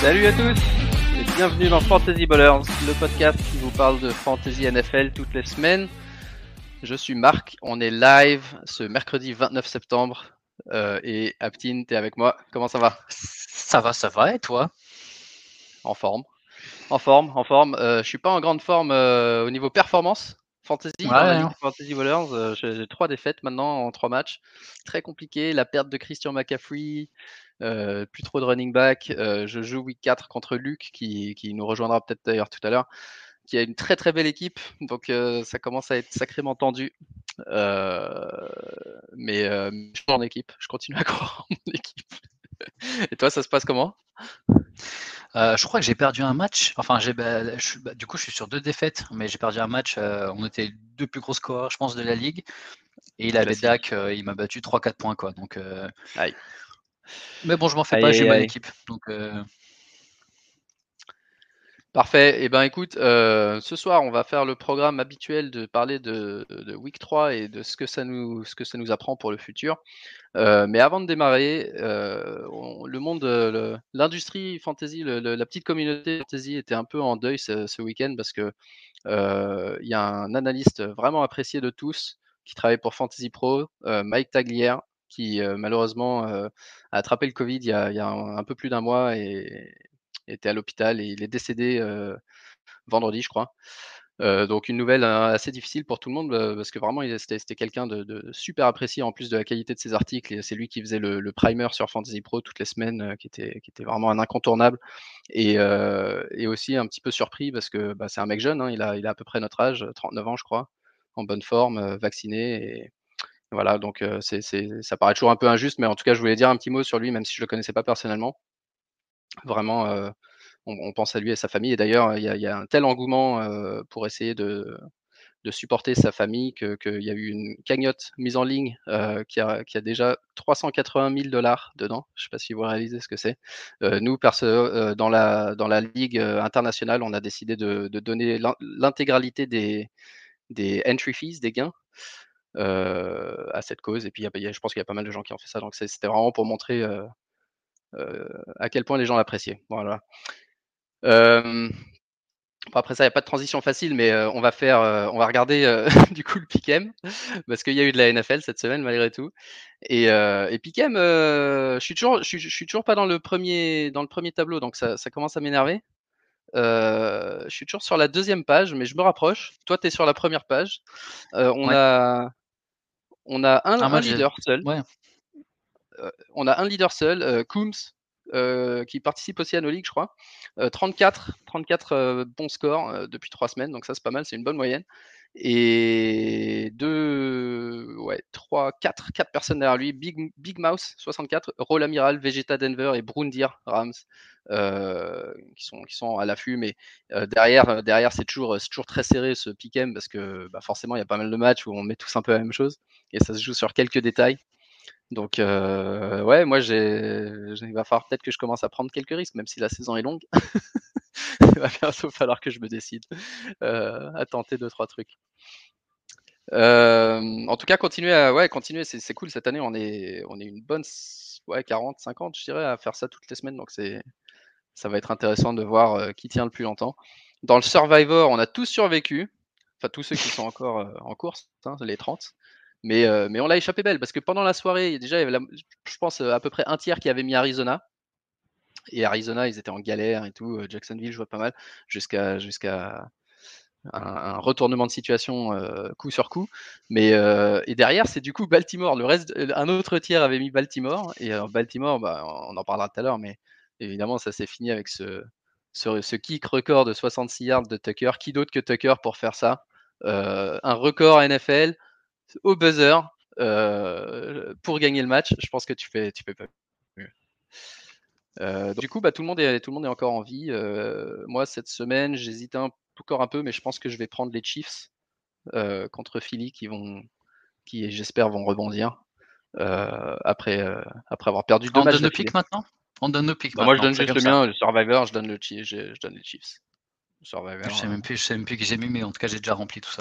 Salut à tous et bienvenue dans Fantasy Ballers, le podcast qui vous parle de Fantasy NFL toutes les semaines. Je suis Marc, on est live ce mercredi 29 septembre et Aptine, t'es avec moi, comment ça va? Ça va, et toi? En forme. Je suis pas en grande forme au niveau performance. Fantasy, dans la Ouais, ligue Fantasy Ballers, j'ai 3 défaites maintenant en 3 matchs. Très compliqué, la perte de Christian McCaffrey, plus trop de running back. Je joue week 4 contre Luc qui nous rejoindra peut-être d'ailleurs tout à l'heure, qui a une très très belle équipe, donc ça commence à être sacrément tendu. Mais je suis en équipe, je continue à croire en mon équipe. Et toi, ça se passe comment? je crois que j'ai perdu un match. Enfin, du coup, je suis sur 2 défaites, mais j'ai perdu un match. On était les 2 plus gros scoreurs, je pense, de la ligue. Et il avait Classique. Dak, il m'a battu 3-4 points, quoi. Donc, Aïe. mais bon, je m'en fais Aïe, pas, j'ai aïe, une bonne aïe. équipe. Donc, Parfait. Eh ben, écoute, ce soir, on va faire le programme habituel de parler de week 3 et de ce que ça nous apprend pour le futur. Mais avant de démarrer, le monde, l'industrie fantasy, la petite communauté fantasy était un peu en deuil ce week-end parce que il y a un analyste vraiment apprécié de tous qui travaille pour Fantasy Pro, Mike Tagliere, qui malheureusement a attrapé le Covid il y a un peu plus d'un mois et était à l'hôpital et il est décédé vendredi, je crois. Donc une nouvelle assez difficile pour tout le monde parce que vraiment c'était quelqu'un de super apprécié en plus de la qualité de ses articles. Et c'est lui qui faisait le primer sur Fantasy Pro toutes les semaines, qui était vraiment un incontournable. Et aussi un petit peu surpris parce que c'est un mec jeune, hein, il a à peu près notre âge, 39 ans je crois, en bonne forme, vacciné. Et voilà, donc ça paraît toujours un peu injuste, mais en tout cas je voulais dire un petit mot sur lui, même si je le connaissais pas personnellement. Vraiment, on pense à lui et sa famille. Et d'ailleurs, il y a un tel engouement pour essayer de supporter sa famille qu'il y a eu une cagnotte mise en ligne qui a déjà 380 000 dollars dedans. Je ne sais pas si vous réalisez ce que c'est. Nous, dans la ligue internationale, on a décidé de donner l'intégralité des entry fees, des gains, à cette cause. Et puis, je pense qu'il y a pas mal de gens qui ont fait ça. Donc, c'était vraiment pour montrer à quel point les gens l'appréciaient. Voilà. Bon, après ça, il n'y a pas de transition facile, mais on va regarder du coup le Pick'em parce qu'il y a eu de la NFL cette semaine malgré tout. Et Pick'em, je suis toujours pas dans le premier tableau, donc ça commence à m'énerver. Je suis toujours sur la deuxième page, mais je me rapproche. Toi, tu es sur la première page. On ouais. a, on a un, Ah, moi, un leader seul. ouais. On a un leader seul, Coombs, qui participe aussi à nos ligues, je crois. 34 bons scores depuis 3 semaines, donc ça c'est pas mal, c'est une bonne moyenne. Et quatre personnes derrière lui, Big Mouse 64, Roll Amiral, Vegeta Denver et Brundir Rams, qui sont à l'affût. Mais derrière c'est toujours très serré ce pick'em parce que forcément il y a pas mal de matchs où on met tous un peu la même chose et ça se joue sur quelques détails. Donc ouais, moi il va falloir peut-être que je commence à prendre quelques risques, même si la saison est longue. Il va bientôt falloir que je me décide à tenter 2-3 trucs. En tout cas, continuer, c'est cool. Cette année, on est une bonne 40, 50, je dirais, à faire ça toutes les semaines. Donc ça va être intéressant de voir qui tient le plus longtemps. Dans le Survivor, on a tous survécu. Enfin, tous ceux qui sont encore en course, hein, les 30. Mais on l'a échappé belle parce que pendant la soirée, déjà, il y avait je pense à peu près un tiers qui avait mis Arizona. Et Arizona, ils étaient en galère et tout. Jacksonville jouait pas mal jusqu'à un retournement de situation coup sur coup. Et derrière, c'est du coup Baltimore. Un autre tiers avait mis Baltimore. Et Baltimore, on en parlera tout à l'heure, mais évidemment, ça s'est fini avec ce kick record de 66 yards de Tucker. Qui d'autre que Tucker pour faire ça? Un record NFL au buzzer pour gagner le match. Je pense que tu fais pas mieux. Donc, du coup, tout le monde est encore en vie. Moi, cette semaine, j'hésite encore un peu, mais je pense que je vais prendre les Chiefs contre Philly qui j'espère vont rebondir après avoir perdu 2 On matchs donne nos d'affilée. pics maintenant? On donne nos pics Moi, je maintenant, on donne fait juste comme le ça. mien, le Survivor, je donne les Chiefs. Le Je Survivor. sais même plus, qui j'ai mis, mais en tout cas, j'ai déjà rempli tout ça.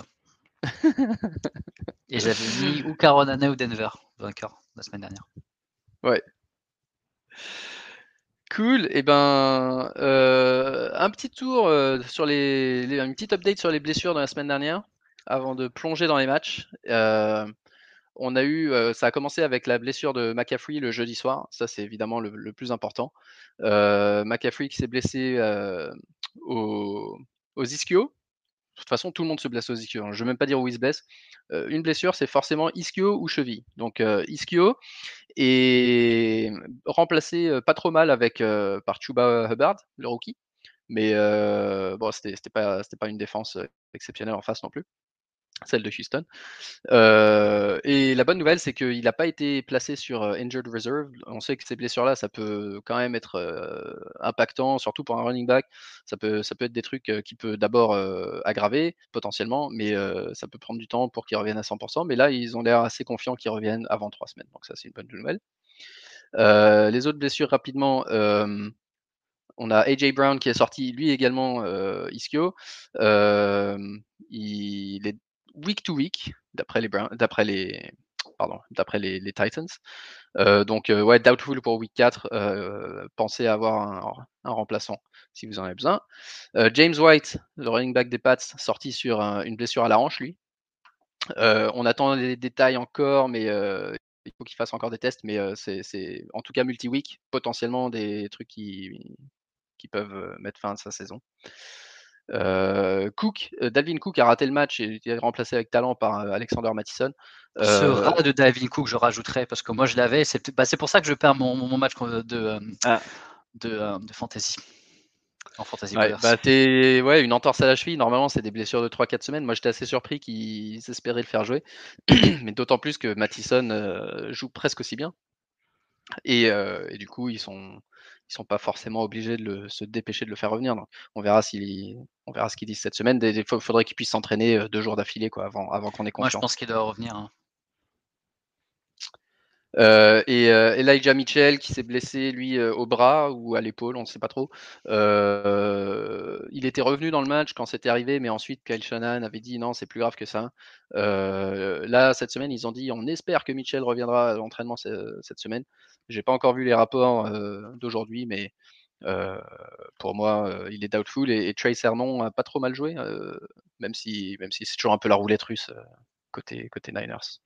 Et j'avais mis ou Carolina ou Denver, vainqueur la semaine dernière. Ouais. Cool. Et ben, un petit tour sur une petite update sur les blessures de la semaine dernière, avant de plonger dans les matchs. On a eu, ça a commencé avec la blessure de McCaffrey le jeudi soir. Ça, c'est évidemment le plus important. McCaffrey qui s'est blessé aux ischio. De toute façon, tout le monde se blesse aux ischio, hein. Je ne veux même pas dire où il se blesse. Une blessure, c'est forcément ischio ou cheville. Donc, ischio est remplacé pas trop mal par Chuba Hubbard, le rookie. Mais bon, c'était pas une défense exceptionnelle en face non plus, celle de Houston. Et la bonne nouvelle, c'est qu'il n'a pas été placé sur Injured Reserve. On sait que ces blessures-là, ça peut quand même être impactant, surtout pour un running back. Ça peut être des trucs qui peut d'abord aggraver potentiellement, mais ça peut prendre du temps pour qu'ils reviennent à 100%. Mais là, ils ont l'air assez confiants qu'ils reviennent avant 3 semaines. Donc ça, c'est une bonne nouvelle. Les autres blessures rapidement, on a AJ Brown qui est sorti lui également ischio. Il est week to week d'après les Titans. Donc ouais, doubtful pour week 4. Pensez à avoir un remplaçant si vous en avez besoin. James White, le running back des Pats, sorti sur une blessure à la hanche lui. On attend les détails encore, mais il faut qu'il fasse encore des tests, mais c'est en tout cas multi-week, potentiellement des trucs qui peuvent mettre fin à sa saison. Dalvin Cook a raté le match et est remplacé avec talent par Alexander Mattison. Ce rat de Dalvin Cook, je rajouterais, parce que moi je l'avais. C'est pour ça que je perds mon match de fantasy. En fantasy players. C'est une entorse à la cheville. Normalement, c'est des blessures de 3-4 semaines. Moi, j'étais assez surpris qu'ils espéraient le faire jouer. Mais d'autant plus que Mattison joue presque aussi bien. Et du coup, ils sont pas forcément obligés de se dépêcher de le faire revenir. Donc, on verra ce qu'ils disent cette semaine. Il faudrait qu'il puisse s'entraîner 2 jours d'affilée avant qu'on ait Moi, je confiance. pense qu'il doit revenir. Hein. Elijah Mitchell qui s'est blessé lui au bras ou à l'épaule, on ne sait pas trop. Il était revenu dans le match quand c'était arrivé, mais ensuite Kyle Shanahan avait dit non, c'est plus grave que ça. Là cette semaine, ils ont dit on espère que Mitchell reviendra à l'entraînement cette semaine. J'ai pas encore vu les rapports d'aujourd'hui, mais pour moi il est doubtful et Trey Sermon a pas trop mal joué, même si c'est toujours un peu la roulette russe côté Niners.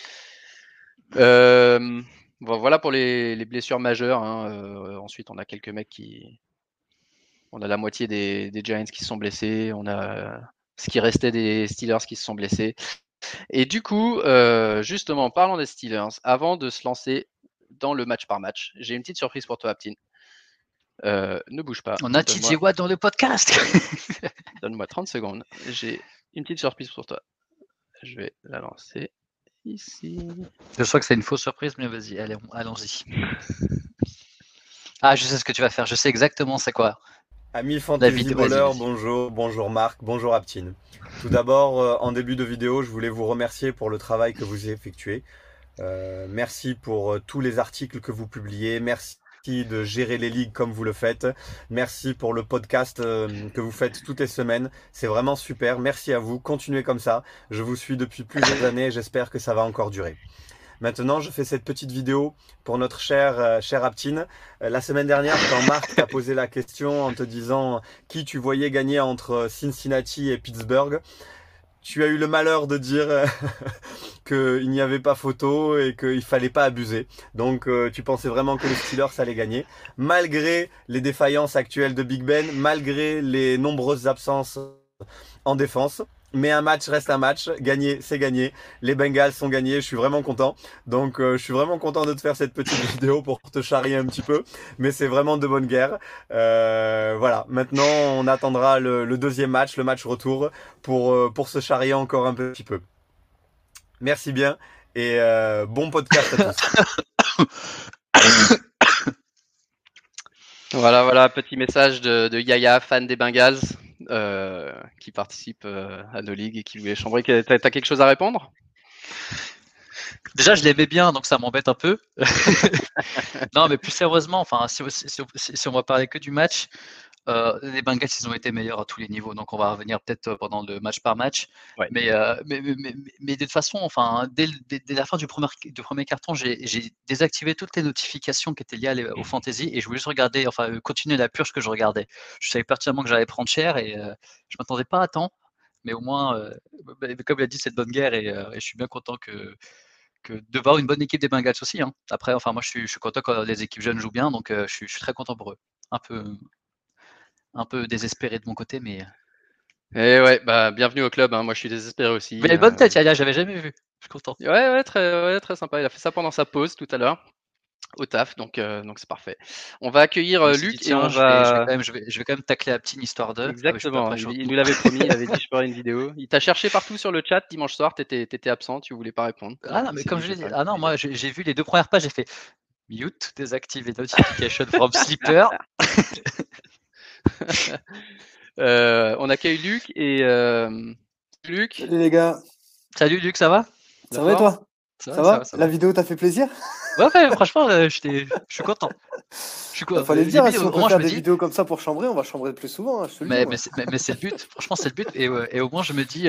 Voilà pour les blessures majeures. Hein. Ensuite, on a quelques mecs on a la moitié des Giants qui se sont blessés. On a ce qui restait des Steelers qui se sont blessés. Et du coup, justement, parlons des Steelers, avant de se lancer dans le match par match, j'ai une petite surprise pour toi, Aptine. Ne bouge pas. On a TJ Watt dans le podcast. Donne-moi 30 secondes. J'ai une petite surprise pour toi. Je vais la lancer ici. Je crois que c'est une fausse surprise, mais vas-y, allons-y. Ah, je sais ce que tu vas faire. Je sais exactement c'est quoi. Amis Fantasy Ballers, bonjour Marc, bonjour Aptine. Tout d'abord, en début de vidéo, je voulais vous remercier pour le travail que vous effectuez. Merci pour tous les articles que vous publiez. Merci de gérer les ligues comme vous le faites. Merci pour le podcast que vous faites toutes les semaines. C'est vraiment super. Merci à vous. Continuez comme ça. Je vous suis depuis plusieurs années et j'espère que ça va encore durer. Maintenant, je fais cette petite vidéo pour notre cher Aptine. La semaine dernière, quand Marc t'a posé la question en te disant qui tu voyais gagner entre Cincinnati et Pittsburgh, tu as eu le malheur de dire qu'il n'y avait pas photo et qu'il fallait pas abuser. Donc tu pensais vraiment que les Steelers allaient gagner. Malgré les défaillances actuelles de Big Ben, malgré les nombreuses absences en défense. Mais un match reste un match, gagner c'est gagner, les Bengals sont gagnés, je suis vraiment content. Donc je suis vraiment content de te faire cette petite vidéo pour te charrier un petit peu, mais c'est vraiment de bonne guerre. Voilà, maintenant on attendra le deuxième match, le match retour, pour se charrier encore un petit peu. Merci bien et bon podcast à tous. Voilà, petit message de Yaya, fan des Bengals. Qui participe à nos ligues et qui voulait chambrer. T'as quelque chose à répondre? Déjà, je l'aimais bien, donc ça m'embête un peu. Non, mais plus sérieusement, enfin, si on va parler que du match, Les Bengals, ils ont été meilleurs à tous les niveaux, donc on va revenir peut-être pendant le match par match. Ouais. Mais de toute façon, enfin, dès la fin du premier carton, j'ai désactivé toutes les notifications qui étaient liées au fantasy et je voulais juste regarder, enfin, continuer la purge que je regardais. Je savais pertinemment que j'allais prendre cher et je m'attendais pas à temps, mais au moins, comme il a dit, c'est de bonne guerre et je suis bien content de voir une bonne équipe des Bengals aussi. Hein. Après, enfin, moi, je suis content quand les équipes jeunes jouent bien, donc je suis très content pour eux. Un peu désespéré de mon côté, mais. Et ouais, bah bienvenue au club. Hein. Moi, je suis désespéré aussi. Mais bonne tête, Yaya, j'avais jamais vu. Je suis content. Ouais, très sympa. Il a fait ça pendant sa pause tout à l'heure au taf, donc c'est parfait. On va accueillir Luc et on va. Je vais quand même tacler Aptine histoire de. Exactement. Il nous l'avait promis. Il avait dit je ferai une vidéo. Il t'a cherché partout sur le chat dimanche soir. T'étais absent. Tu voulais pas répondre. Ah non, mais comme je l'ai dit. Ah non, moi j'ai vu les 2 premières pages. J'ai fait mute, désactive les notifications from sleeper. On accueille Luc et Luc. Salut les gars. Salut Luc, ça va? Ça va et toi? Ça va? La vidéo t'a fait plaisir? Ouais, franchement, je suis content. Fallait le dire, si on peut faire des vidéos comme ça pour chambrer, on va chambrer plus souvent. Hein, je te le dis, mais c'est le but, franchement, c'est le but. Et au moins, je me dis,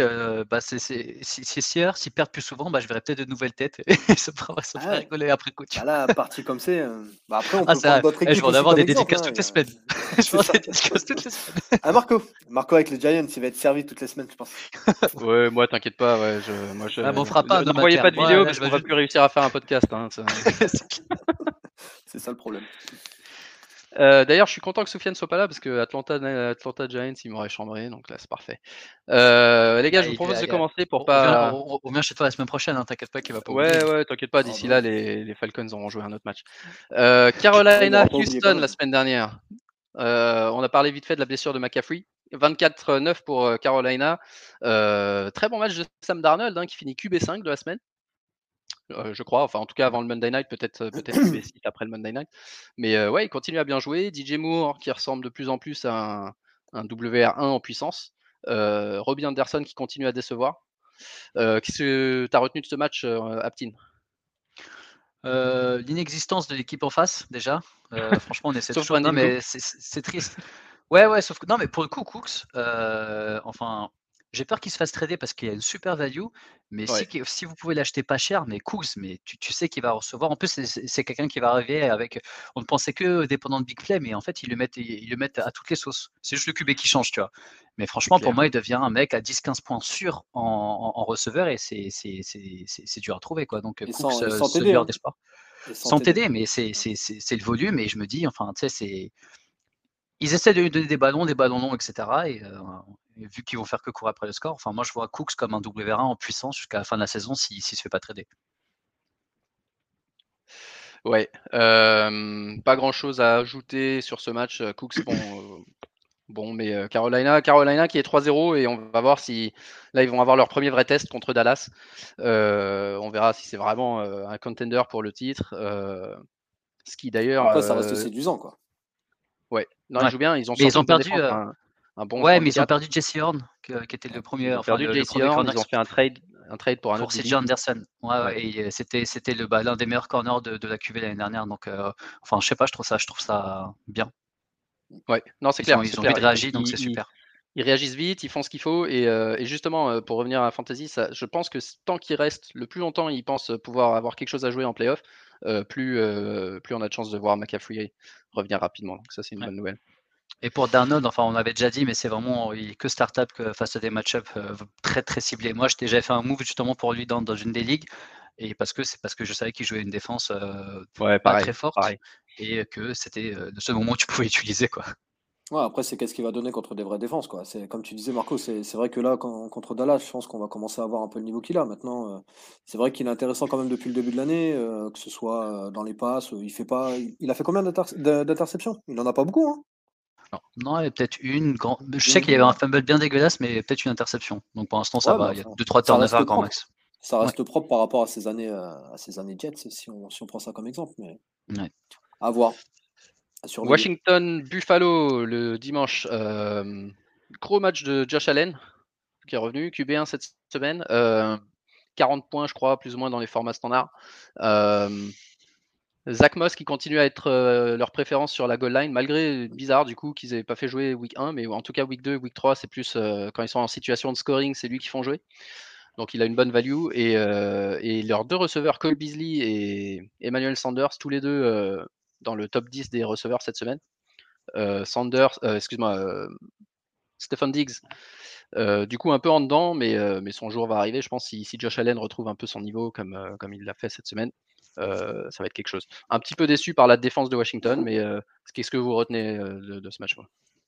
s'ils perdent plus souvent, je verrai peut-être de nouvelles têtes. Et ça me fera rigoler après coup. Là, parti comme c'est. Après, on peut prendre d'autres équipes. Je vais en avoir des dédicaces toutes les semaines. Je vais en avoir des dédicaces toutes les semaines. Ah, Marco avec les Giants, il va être servi toutes les semaines, je pense. Ouais, moi, t'inquiète pas. Ouais, m'en fera pas. N'envoyez pas de vidéo parce qu'on va plus réussir à faire un podcast. Hein, c'est ça le problème. D'ailleurs, je suis content que Soufiane soit pas là parce que Atlanta Giants, il m'aurait chambré, donc là c'est parfait. Les gars, je vous propose de commencer pour pas. On vient chez toi la semaine prochaine, hein, t'inquiète pas qu'il va pas. Ouais, t'inquiète pas. D'ici là, les Falcons auront joué un autre match. Carolina, Houston la semaine dernière. On a parlé vite fait de la blessure de McCaffrey. 24-9 pour Carolina. Très bon match de Sam Darnold qui finit QB5 de la semaine. Je crois, enfin en tout cas avant le Monday Night, peut-être QB6 après le Monday Night. Mais ouais, il continue à bien jouer. DJ Moore qui ressemble de plus en plus à un WR1 en puissance. Robbie Anderson qui continue à décevoir. Qu'est-ce que tu as retenu de ce match, Aptin? L'inexistence de l'équipe en face, déjà. Franchement, on essaie toujours. Non, mais c'est triste. Ouais, sauf que non, mais pour le coup, Cooks, enfin, j'ai peur qu'il se fasse trader parce qu'il y a une super value, mais si vous pouvez l'acheter pas cher, mais Cooks, mais tu sais qu'il va recevoir. En plus, c'est quelqu'un qui va arriver avec. On ne pensait que dépendant de Big Play, mais en fait, ils le mettent à toutes les sauces. C'est juste le QB qui change, tu vois. Mais franchement, pour moi, il devient un mec à 10-15 points sûr en receveur et c'est dur à trouver, quoi. Donc, Cooks, ce lueur d'espoir. Sans TD, mais c'est le volume et je me dis, enfin, tu sais, ils essaient de lui donner des ballons longs, etc. Et vu qu'ils vont faire que courir après le score, enfin, moi je vois Cooks comme un WR1 en puissance jusqu'à la fin de la saison s'il se fait pas trader. Ouais, pas grand chose à ajouter sur ce match. Cooks, bon, mais Carolina qui est 3-0 et on va voir si là ils vont avoir leur premier vrai test contre Dallas. On verra si c'est vraiment un contender pour le titre. Ce qui d'ailleurs. Après, ça reste séduisant, quoi. Ouais, non, ils jouent bien. Ils ont perdu. Un bon. Ouais, mais ils ont perdu Jesse Horn, qui était le premier. Ils ont perdu Jesse Horn. Ils ont fait un trade pour un autre. Pour CJ Anderson. Ouais. Et c'était l'un des meilleurs corners de la QV l'année dernière. Donc, enfin, je sais pas, je trouve ça bien. Ouais, non, c'est clair. Ils ont vite réagi, donc c'est super. Ils réagissent vite, ils font ce qu'il faut. Et justement, pour revenir à Fantasy, je pense que tant qu'ils restent le plus longtemps, ils pensent pouvoir avoir quelque chose à jouer en playoff, plus on a de chances de voir McCaffrey revenir rapidement. Donc ça, c'est une bonne nouvelle. Et pour Darnold, enfin, on avait déjà dit, mais c'est vraiment que start-up face à des match-up très très ciblés. Moi, j'avais fait un move justement pour lui dans une des ligues, et parce que je savais qu'il jouait une défense pas très forte, et que c'était le seul moment où tu pouvais utiliser, quoi. Ouais, après, c'est qu'est-ce qu'il va donner contre des vraies défenses, quoi. C'est comme tu disais, Marco, c'est vrai que là, contre Dallas, je pense qu'on va commencer à avoir un peu le niveau qu'il a. Maintenant, c'est vrai qu'il est intéressant quand même depuis le début de l'année, que ce soit dans les passes. Il a fait combien d'interceptions? Il n'en a pas beaucoup, hein? Non, il y a peut-être une grande. Je sais qu'il y avait un fumble bien dégueulasse, mais peut-être une interception. Donc pour l'instant, ça va. Il y a 2-3 turnovers grand max. Ça reste propre par rapport à ces années Jets, si on prend ça comme exemple. Mais à voir. Washington Buffalo le dimanche. Gros match de Josh Allen qui est revenu QB1 cette semaine. 40 points, je crois, plus ou moins dans les formats standards. Zach Moss qui continue à être leur préférence sur la goal line, malgré bizarre du coup qu'ils n'avaient pas fait jouer week 1, mais en tout cas week 2, week 3, c'est plus quand ils sont en situation de scoring, c'est lui qui font jouer. Donc il a une bonne value. Et leurs 2 receveurs, Cole Beasley et Emmanuel Sanders, tous les deux dans le top 10 des receveurs cette semaine. Stephen Diggs, du coup un peu en dedans, mais son jour va arriver. Je pense si Josh Allen retrouve un peu son niveau comme il l'a fait cette semaine, ça va être quelque chose. Un petit peu déçu par la défense de Washington, mais qu'est-ce que vous retenez de ce match?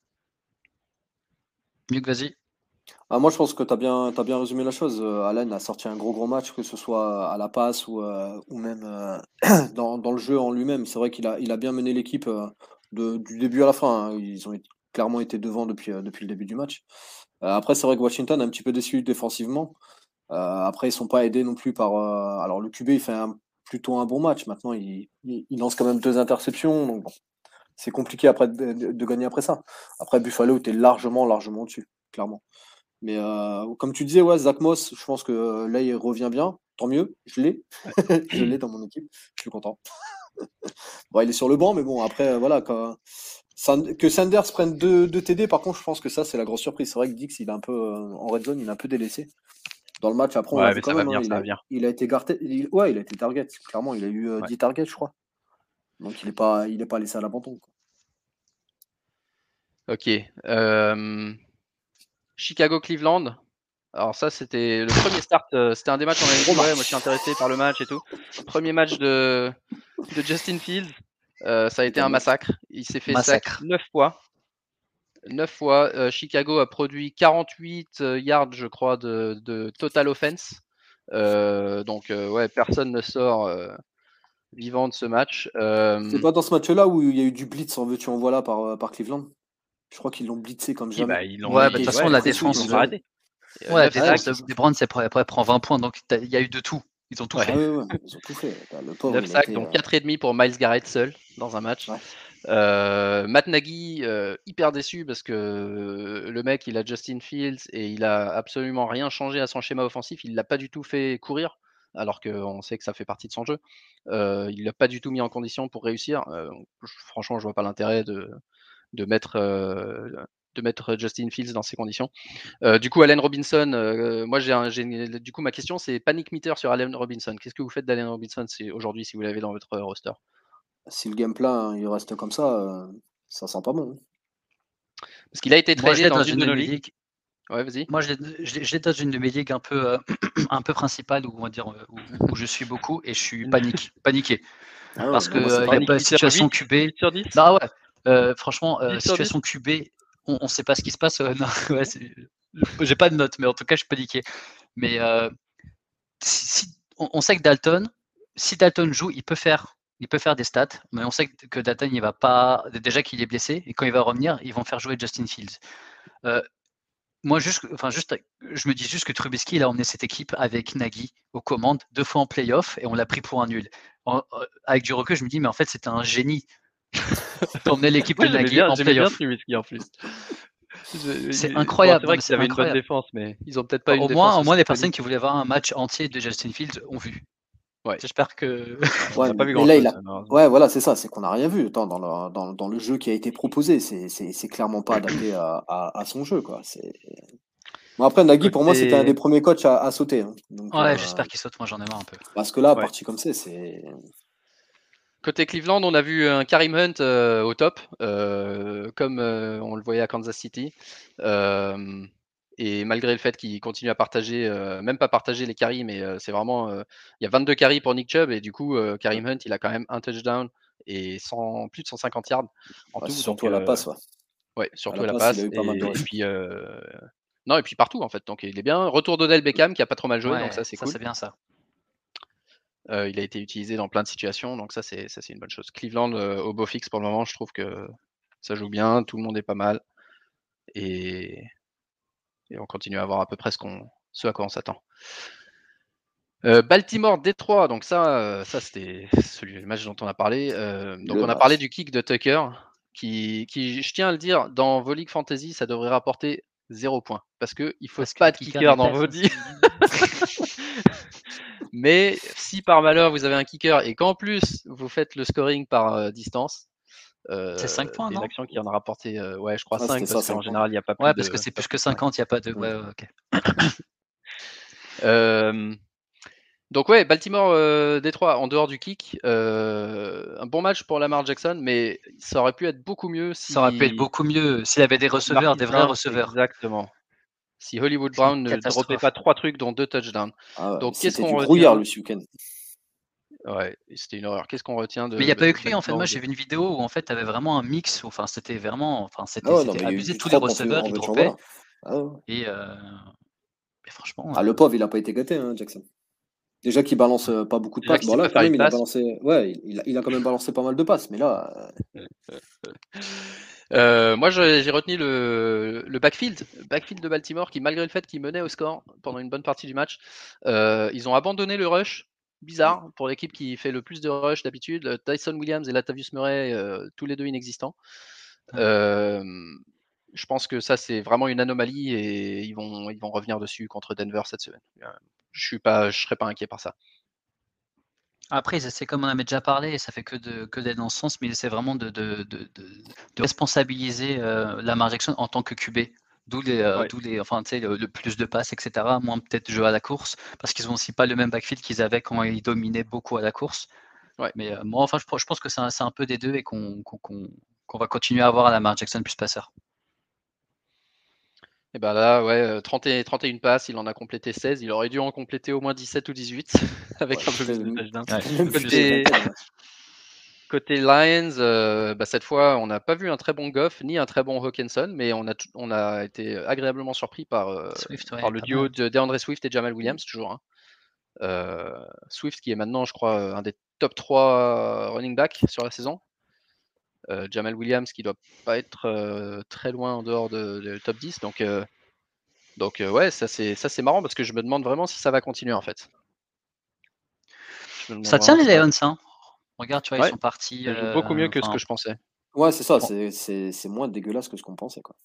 Luc, vas-y. Moi, je pense que tu as bien résumé la chose. Allen a sorti un gros match, que ce soit à la passe ou même dans le jeu en lui-même. C'est vrai qu'il a bien mené l'équipe du début à la fin, hein. Ils ont clairement été devant depuis le début du match. Après, c'est vrai que Washington a un petit peu déçu défensivement. Après, ils sont pas aidés non plus par. Alors, le QB, il fait plutôt un bon match. Maintenant, il lance quand même 2 interceptions. Donc, bon, c'est compliqué après de gagner après ça. Après, Buffalo était largement au-dessus, clairement. Mais comme tu disais, ouais, Zach Moss, je pense que là, il revient bien. Tant mieux, je l'ai. Je l'ai dans mon équipe. Je suis content. Bon, il est sur le banc, mais bon, après, voilà. Que Sanders prenne 2 TD, par contre, je pense que ça, c'est la grosse surprise. C'est vrai que Dix, il est un peu en red zone, il est un peu délaissé. Dans le match, après, on l'a vu quand même. Il a été gardé. Il a été target. Clairement, il a eu 10 targets, je crois. Donc, il est pas laissé à l'abandon. Ok. Chicago-Cleveland. Alors ça, c'était le premier start. C'était un des matchs, on avait dit, ouais, moi je suis intéressé par le match et tout. Premier match de Justin Fields. Ça a été un massacre. Il s'est fait sac 9 fois. 9 fois. Chicago a produit 48 yards, je crois, de total offense. Donc, ouais, personne ne sort vivant de ce match. C'est pas dans ce match-là où il y a eu du blitz en veux-tu en voilà par Cleveland? Je crois qu'ils l'ont blitzé comme jamais. Bah, ils l'ont de toute façon, la défense, ils l'ont arrêté. Ouais, des Browns, après prend 20 points, donc il y a eu de tout. Ils ont tout fait. Ouais, ils ont tout fait. Le pauvre, 9 sacs, donc 4,5 pour Myles Garrett seul dans un match. Ouais. Matt Nagy, hyper déçu parce que le mec, il a Justin Fields et il a absolument rien changé à son schéma offensif. Il l'a pas du tout fait courir, alors qu'on sait que ça fait partie de son jeu. Il l'a pas du tout mis en condition pour réussir. Franchement, je vois pas l'intérêt de mettre Justin Fields dans ces conditions. Du coup, Allen Robinson, moi, du coup, ma question, c'est panic meter sur Allen Robinson. Qu'est-ce que vous faites d'Allen Robinson aujourd'hui si vous l'avez dans votre roster? Si le game plan il reste comme ça sent pas bon. Parce qu'il a été tradé dans une de nos ligues. Ouais, vas-y. Moi, je l'ai dans une de mes ligues un peu principale, où on va dire où je suis beaucoup, et je suis paniqué. Parce que il y a pas situation QB. Sur 10 bah ouais. Franchement, situation QB, on ne sait pas ce qui se passe. Non, ouais, j'ai pas de notes, mais en tout cas, je suis paniqué. Mais on sait que Dalton, si Dalton joue, il peut faire des stats, mais on sait que Dalton, il va pas. Déjà qu'il est blessé, et quand il va revenir, ils vont faire jouer Justin Fields. Moi, je me dis juste que Trubisky, il a emmené cette équipe avec Nagy aux commandes 2 fois en playoff, et on l'a pris pour un nul. Avec du recul, je me dis, mais en fait, c'était un génie d'emmener l'équipe de Nagy en playoff. Trubisky en plus. C'est incroyable. C'est vrai qu'ils avaient une bonne défense, mais ils ont peut-être pas une défense. Au moins, les personnes qui voulaient voir un match entier de Justin Fields ont vu. Ouais. J'espère que. Ouais, pas vu ouais, voilà, c'est ça, c'est qu'on n'a rien vu dans le jeu qui a été proposé. C'est clairement pas adapté à son jeu, quoi. Bon, après, Nagy, pour moi, c'était un des premiers coachs à sauter. Hein. Donc, ouais, j'espère qu'il saute. Moi, j'en ai marre un peu. Parce que là, parti comme c'est. Côté Cleveland, on a vu un Kareem Hunt au top, comme on le voyait à Kansas City. Et malgré le fait qu'il continue à partager, même pas partager les carries, mais c'est vraiment, il y a 22 carries pour Nick Chubb, et du coup, Kareem Hunt, il a quand même un touchdown et plus de 150 yards en tout. Surtout à la passe, ouais. Ouais, surtout à la passe. Il a eu pas mal de puis, non, et puis partout, en fait. Donc, il est bien. Retour d'Odell Beckham, qui a pas trop mal joué, donc ça, c'est cool. C'est bien ça. Il a été utilisé dans plein de situations, donc ça, c'est une bonne chose. Cleveland, au beau fixe pour le moment, je trouve que ça joue bien, tout le monde est pas mal. Et on continue à avoir à peu près ce à quoi on s'attend. Baltimore-Détroit, donc ça c'était le match dont on a parlé. Donc on a parlé du kick de Tucker, qui, je tiens à le dire, dans vos ligues fantasy, ça devrait rapporter 0 points, parce qu'il ne faut pas de kicker dans vos ligues. Mais si par malheur vous avez un kicker et qu'en plus vous faites le scoring par distance, c'est 5 points, non? L'action qui en a rapporté, ouais, je crois Ah, 5 c'était parce ça, qu'en 5 points. général il n'y a pas plus Ouais, de. parce que c'est plus que 50, il n'y a pas de. Ouais, ok. Donc ouais, Baltimore, Détroit en dehors du kick, un bon match pour Lamar Jackson, mais ça aurait pu être beaucoup mieux si. Ça aurait pu être beaucoup mieux s'il avait des receveurs, Marquis des vrais Brown, receveurs. Exactement. Si Hollywood C'est une Brown ne catastrophe. dropait pas 3 trucs dont 2 touchdowns. Ah ouais, Donc qu'est-ce c'était du qu'on brouillard retient le ce week-end. Ouais, c'était une horreur. Qu'est-ce qu'on retient de Mais il n'y a pas eu que lui, en fait. Baltimore Moi, j'ai vu une vidéo où, en fait, tu avais vraiment un mix. Enfin, c'était vraiment. Enfin, Ah ouais, non, c'était mais il y a eu abusé. du Tous les troc receveurs, en ils voiture, droppaient. voilà. Ah ouais. Et franchement. Ah, le pauvre, il a pas été gâté, hein, Jackson. Déjà qu'il balance pas beaucoup de Déjà passes. qu'il Bon, sait là, pas quand faire même, une il a passe. balancé. Ouais, il a quand même balancé pas mal de passes. Mais là, Moi, j'ai retenu le backfield de Baltimore qui, malgré le fait qu'ils menaient au score pendant une bonne partie du match, ils ont abandonné le rush. Bizarre pour l'équipe qui fait le plus de rush d'habitude. Tyson Williams et Latavius Murray, tous les deux inexistants. Je pense que ça, c'est vraiment une anomalie et ils vont revenir dessus contre Denver cette semaine. Je serais pas inquiet par ça. Après, c'est comme on avait déjà parlé, et ça fait que d'être dans ce sens, mais c'est vraiment de responsabiliser Lamar Jackson en tant que QB. D'où enfin, tu sais, le plus de passes, etc. Moins peut-être jeu à la course, parce qu'ils n'ont aussi pas le même backfield qu'ils avaient quand ils dominaient beaucoup à la course. Ouais. Mais moi, enfin, je pense que c'est un peu des deux et qu'on va continuer à avoir Lamar Jackson plus passeur. Et ben là, ouais, 31 passes, il en a complété 16. Il aurait dû en compléter au moins 17 ou 18 avec un peu plus de touchdowns. Côté Lions, cette fois, on n'a pas vu un très bon Goff ni un très bon Hawkinson, mais on a été agréablement surpris par le duo de DeAndre Swift et Jamal Williams, toujours. Swift qui est maintenant, je crois, un des top 3 running back sur la saison. Jamal Williams qui doit pas être très loin en dehors de top 10. Donc ouais, ça c'est marrant parce que je me demande vraiment si ça va continuer en fait. Ça tient les Lions, hein. Regarde, tu vois, ouais, ils sont partis. Ça joue beaucoup mieux que ce que je pensais. Ouais, c'est ça, c'est moins dégueulasse que ce qu'on pensait, quoi.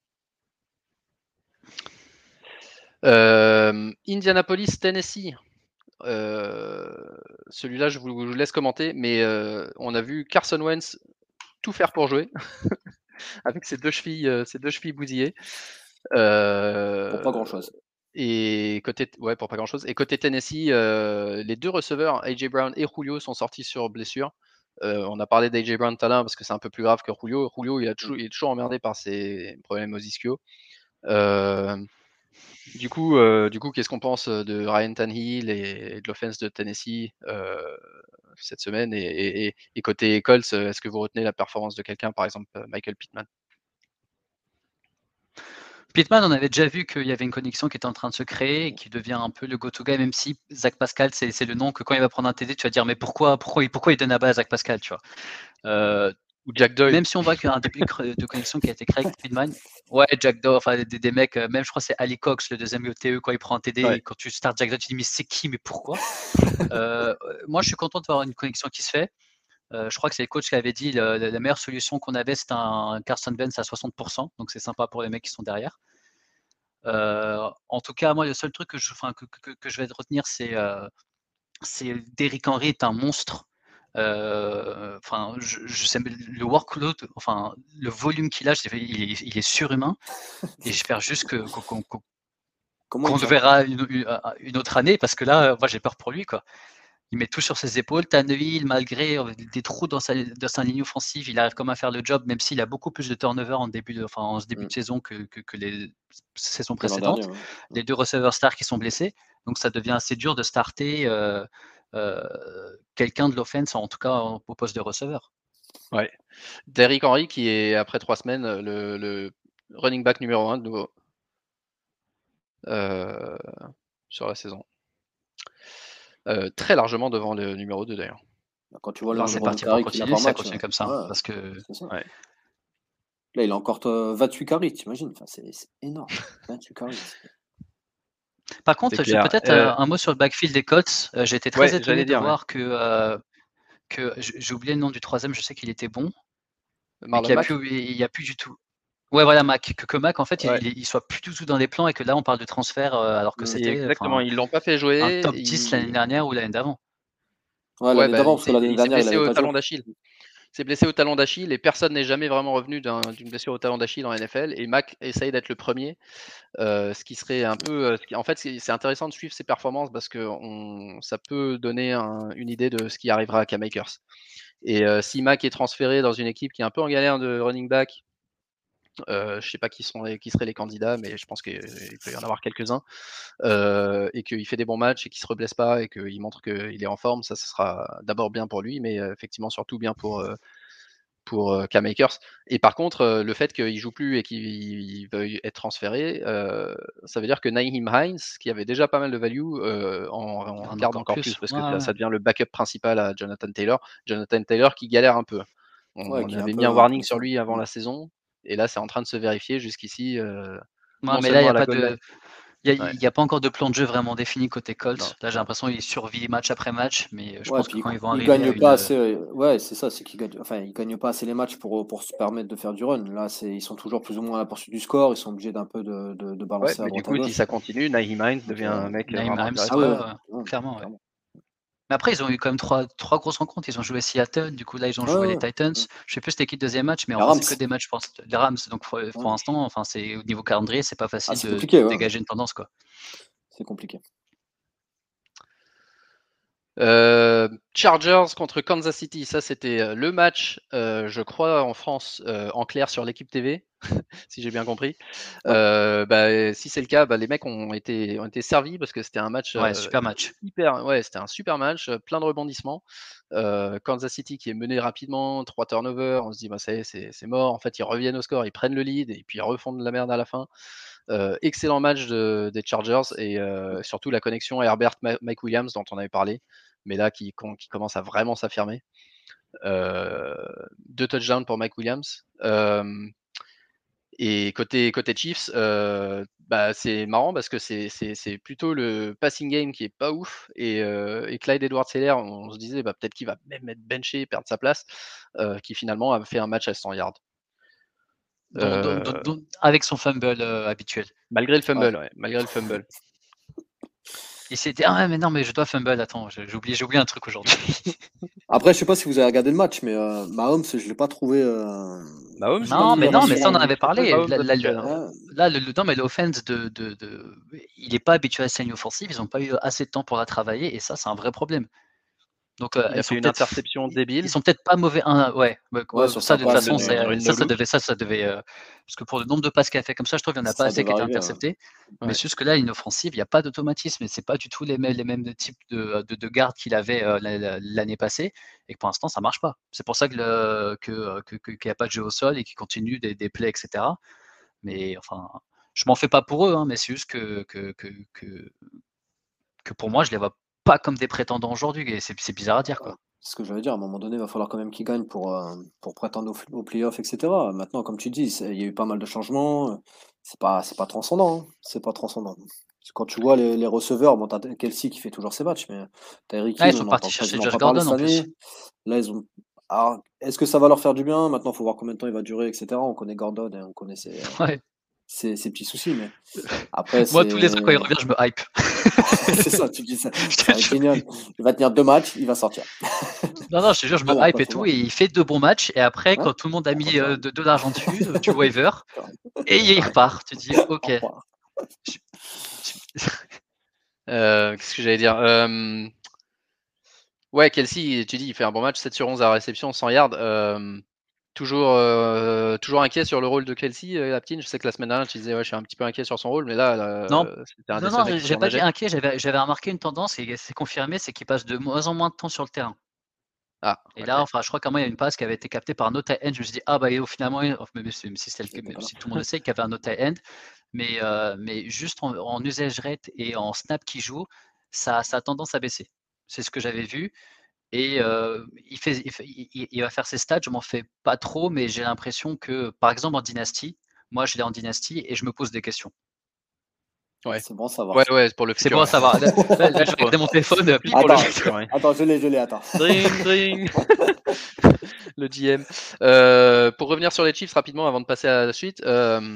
Indianapolis, Tennessee. Celui-là, je vous laisse commenter, mais on a vu Carson Wentz tout faire pour jouer avec ses deux chevilles bousillées. Pour pas grand-chose. Pour pas grand-chose. Et côté Tennessee, les deux receveurs, AJ Brown et Julio, sont sortis sur blessure. On a parlé d'AJ Brown tout à l'heure parce que c'est un peu plus grave que Julio. Julio, il est toujours emmerdé par ses problèmes aux ischios. Du coup, qu'est-ce qu'on pense de Ryan Tannehill et de l'offense de Tennessee cette semaine et côté Colts, est-ce que vous retenez la performance de quelqu'un, par exemple Michael Pittman? Pittman, on avait déjà vu qu'il y avait une connexion qui était en train de se créer et qui devient un peu le go-to guy, même si Zach Pascal, c'est le nom que quand il va prendre un TD, tu vas dire mais pourquoi il donne la balle à Zach Pascal, tu vois. Ou Jack Doyle. Même si on voit qu'il y a un début de connexion qui a été créé avec Pittman. Ouais, Jack Doyle, enfin des mecs, même je crois que c'est Ali Cox, le deuxième TE, quand il prend un TD, et quand tu starts Jack Doyle, tu te dis mais c'est qui, mais pourquoi? Moi, je suis content de voir une connexion qui se fait. Je crois que c'est le coach qui avait dit la meilleure solution qu'on avait, c'était un Carson Wentz à 60%, donc c'est sympa pour les mecs qui sont derrière. En tout cas, moi, le seul truc que je vais retenir, c'est Derrick Henry est un monstre. Je sais le workload, enfin le volume qu'il a, il est surhumain. Et j'espère juste qu'on le verra une autre année, parce que là, moi, j'ai peur pour lui, quoi. Il met tout sur ses épaules. Tannehill, malgré des trous dans sa ligne offensive, il arrive quand même à faire le job, même s'il a beaucoup plus de turnover en ce début de saison que les saisons précédentes. Les deux receveurs stars qui sont blessés. Donc ça devient assez dur de starter quelqu'un de l'offense, en tout cas au poste de receveur. Ouais. Derrick Henry qui est, après 3 semaines, le running back numéro 1 de nouveau sur la saison. Très largement devant le numéro 2 d'ailleurs. Quand tu vois le c'est parti pour continuer, ça continue comme ça. Ouais, parce que ouais. Là, il a encore 28 carries, t'imagines, enfin, c'est énorme. 28 carries. Par contre, j'ai peut-être un mot sur le backfield des Colts. J'ai été très étonné de voir que j'ai oublié le nom du troisième, je sais qu'il était bon. Mais il n'y a plus du tout. Ouais, voilà, Mac. Que Mac, en fait, Ouais. il soit plus du tout dans les plans et que là, on parle de transfert alors que c'était Exactement, ils l'ont pas fait un jouer. top 10 l'année dernière ou l'année d'avant. Ouais, l'année d'avant, parce que l'année Il s'est dernière, il blessé avait au pas joué. talon d'Achille. C'est blessé au talon d'Achille et personne n'est jamais vraiment revenu d'une blessure au talon d'Achille en NFL. Et Mac essaye d'être le premier, ce qui serait un peu. En fait, c'est intéressant de suivre ses performances parce que ça peut donner une idée de ce qui arrivera à Cam Akers. Et si Mac est transféré dans une équipe qui est un peu en galère de running back, je sais pas qui seraient les candidats, mais je pense qu'il peut y en avoir quelques-uns, et qu'il fait des bons matchs et qu'il se reblesse pas et qu'il montre qu'il est en forme, ça sera d'abord bien pour lui, mais effectivement surtout bien pour Cam Akers. Et par contre, le fait qu'il joue plus et qu'il veuille être transféré, ça veut dire que Nyheim Hines, qui avait déjà pas mal de value, en garde encore plus parce que ça devient le backup principal à Jonathan Taylor. Jonathan Taylor qui galère un peu. On avait mis un warning sur lui avant la saison et là c'est en train de se vérifier jusqu'ici. Non, mais là il n'y a pas encore de plan de jeu vraiment défini côté Colts. Non. Là, j'ai l'impression qu'il survit match après match, mais je pense que quand ils vont arriver gagnent pas assez. Ouais, c'est ça, c'est qu'ils gagnent pas assez les matchs pour se permettre de faire du run. Là, ils sont toujours plus ou moins à la poursuite du score. Ils sont obligés d'un peu de balancer à droite du coup, à gauche. Si ça continue, Nyheim Hines devient un mec vraiment intéressant. Clairement. Ouais. Mais après, ils ont eu quand même trois grosses rencontres. Ils ont joué Seattle, du coup là ils ont joué les Titans. Je sais plus c'était qui le deuxième match, mais enfin, c'est que des matchs pour les Rams. Donc pour l'instant, enfin c'est au niveau calendrier, c'est pas facile de dégager une tendance quoi. C'est compliqué. Chargers contre Kansas City, ça c'était le match, je crois en France, en clair sur l'équipe TV, si j'ai bien compris. Si c'est le cas, les mecs ont été servis parce que c'était un match, super match. C'était un super match, plein de rebondissements. Kansas City qui est mené rapidement, 3 turnovers, on se dit ça y est, c'est mort. En fait, ils reviennent au score, ils prennent le lead et puis ils refont de la merde à la fin. Excellent match des Chargers et surtout la connexion Herbert-Mike Williams dont on avait parlé, mais là qui commence à vraiment s'affirmer. 2 touchdowns pour Mike Williams. Et côté Chiefs, c'est marrant parce que c'est plutôt le passing game qui est pas ouf et Clyde Edwards-Helaire, on se disait peut-être qu'il va même être benché, perdre sa place, qui finalement a fait un match à 100 yards. Avec son fumble habituel. Malgré le fumble, malgré le fumble. Il s'est dit mais non, mais je dois fumble, attends, j'ai oublié un truc aujourd'hui. Après, je sais pas si vous avez regardé le match, mais Mahomes, je l'ai pas trouvé. Mahomes, non, mais ça on en avait parlé. Là, l'offense il est pas habitué à la ligne offensive, ils ont pas eu assez de temps pour la travailler et ça c'est un vrai problème. Donc, il a fait une interception débile. Ils sont peut-être pas mauvais. Ça de toute façon, ça devait. Parce que pour le nombre de passes qu'il a fait comme ça, je trouve qu'il n'y en a pas assez qui étaient interceptés. Mais juste que là, l'inoffensive, il n'y a pas d'automatisme. Et c'est pas du tout les mêmes types de gardes qu'il avait l'année passée. Et que pour l'instant, ça marche pas. C'est pour ça qu'il n'y a pas de jeu au sol et qu'il continue des plays, etc. Mais enfin, je m'en fais pas pour eux, mais c'est juste que pour moi, je les vois pas comme des prétendants aujourd'hui, et c'est bizarre à dire quoi. C'est ce que j'allais dire, à un moment donné, il va falloir quand même qu'ils gagnent pour prétendre aux playoffs, etc. Maintenant, comme tu dis, il y a eu pas mal de changements, c'est pas transcendant, hein. C'est pas transcendant. Quand tu vois les receveurs, bon, t'as Kelsey qui fait toujours ses matchs, mais t'as Eric Hill, ils sont partis chercher Josh Gordon en plus. Là, ils ont... Alors, est-ce que ça va leur faire du bien? Maintenant, il faut voir combien de temps il va durer, etc. On connaît Gordon et on connaît ses petits soucis, mais après, moi tous les ans quand il revient je me hype. C'est ça, tu dis ça. Ça va être génial. Il va tenir 2 matchs, il va sortir. Non, je te jure, je me hype et tout, et il fait 2 bons matchs, et après quand tout le monde a mis de l'argent dessus, du waiver, et il repart, tu dis ok. Qu'est-ce que j'allais dire? Ouais, Kelsey, tu dis, il fait un bon match, 7 sur 11 à la réception, 100 yards. Toujours inquiet sur le rôle de Kelsey, Aptin. Je sais que la semaine dernière, tu disais, je suis un petit peu inquiet sur son rôle, mais là, non, j'ai pas dit inquiet. J'avais remarqué une tendance et c'est confirmé, c'est qu'il passe de moins en moins de temps sur le terrain. Et là, je crois qu'à moi, il y a une passe qui avait été captée par un autre end. Je me suis dit, finalement, même si tout le monde le sait qu'il y avait un autre end, mais juste en usage rate et en snap qui joue, ça a tendance à baisser. C'est ce que j'avais vu. Et il va faire ses stats, je m'en fais pas trop, mais j'ai l'impression que, par exemple, en Dynasty, moi je l'ai en Dynasty et je me pose des questions. Ouais. C'est bon, ça va. Ouais, pour le futur. C'est bon, ça va. Là, je vais mon téléphone. Attends, je l'ai, attends. Dring. Le GM. Pour revenir sur les Chiefs rapidement avant de passer à la suite,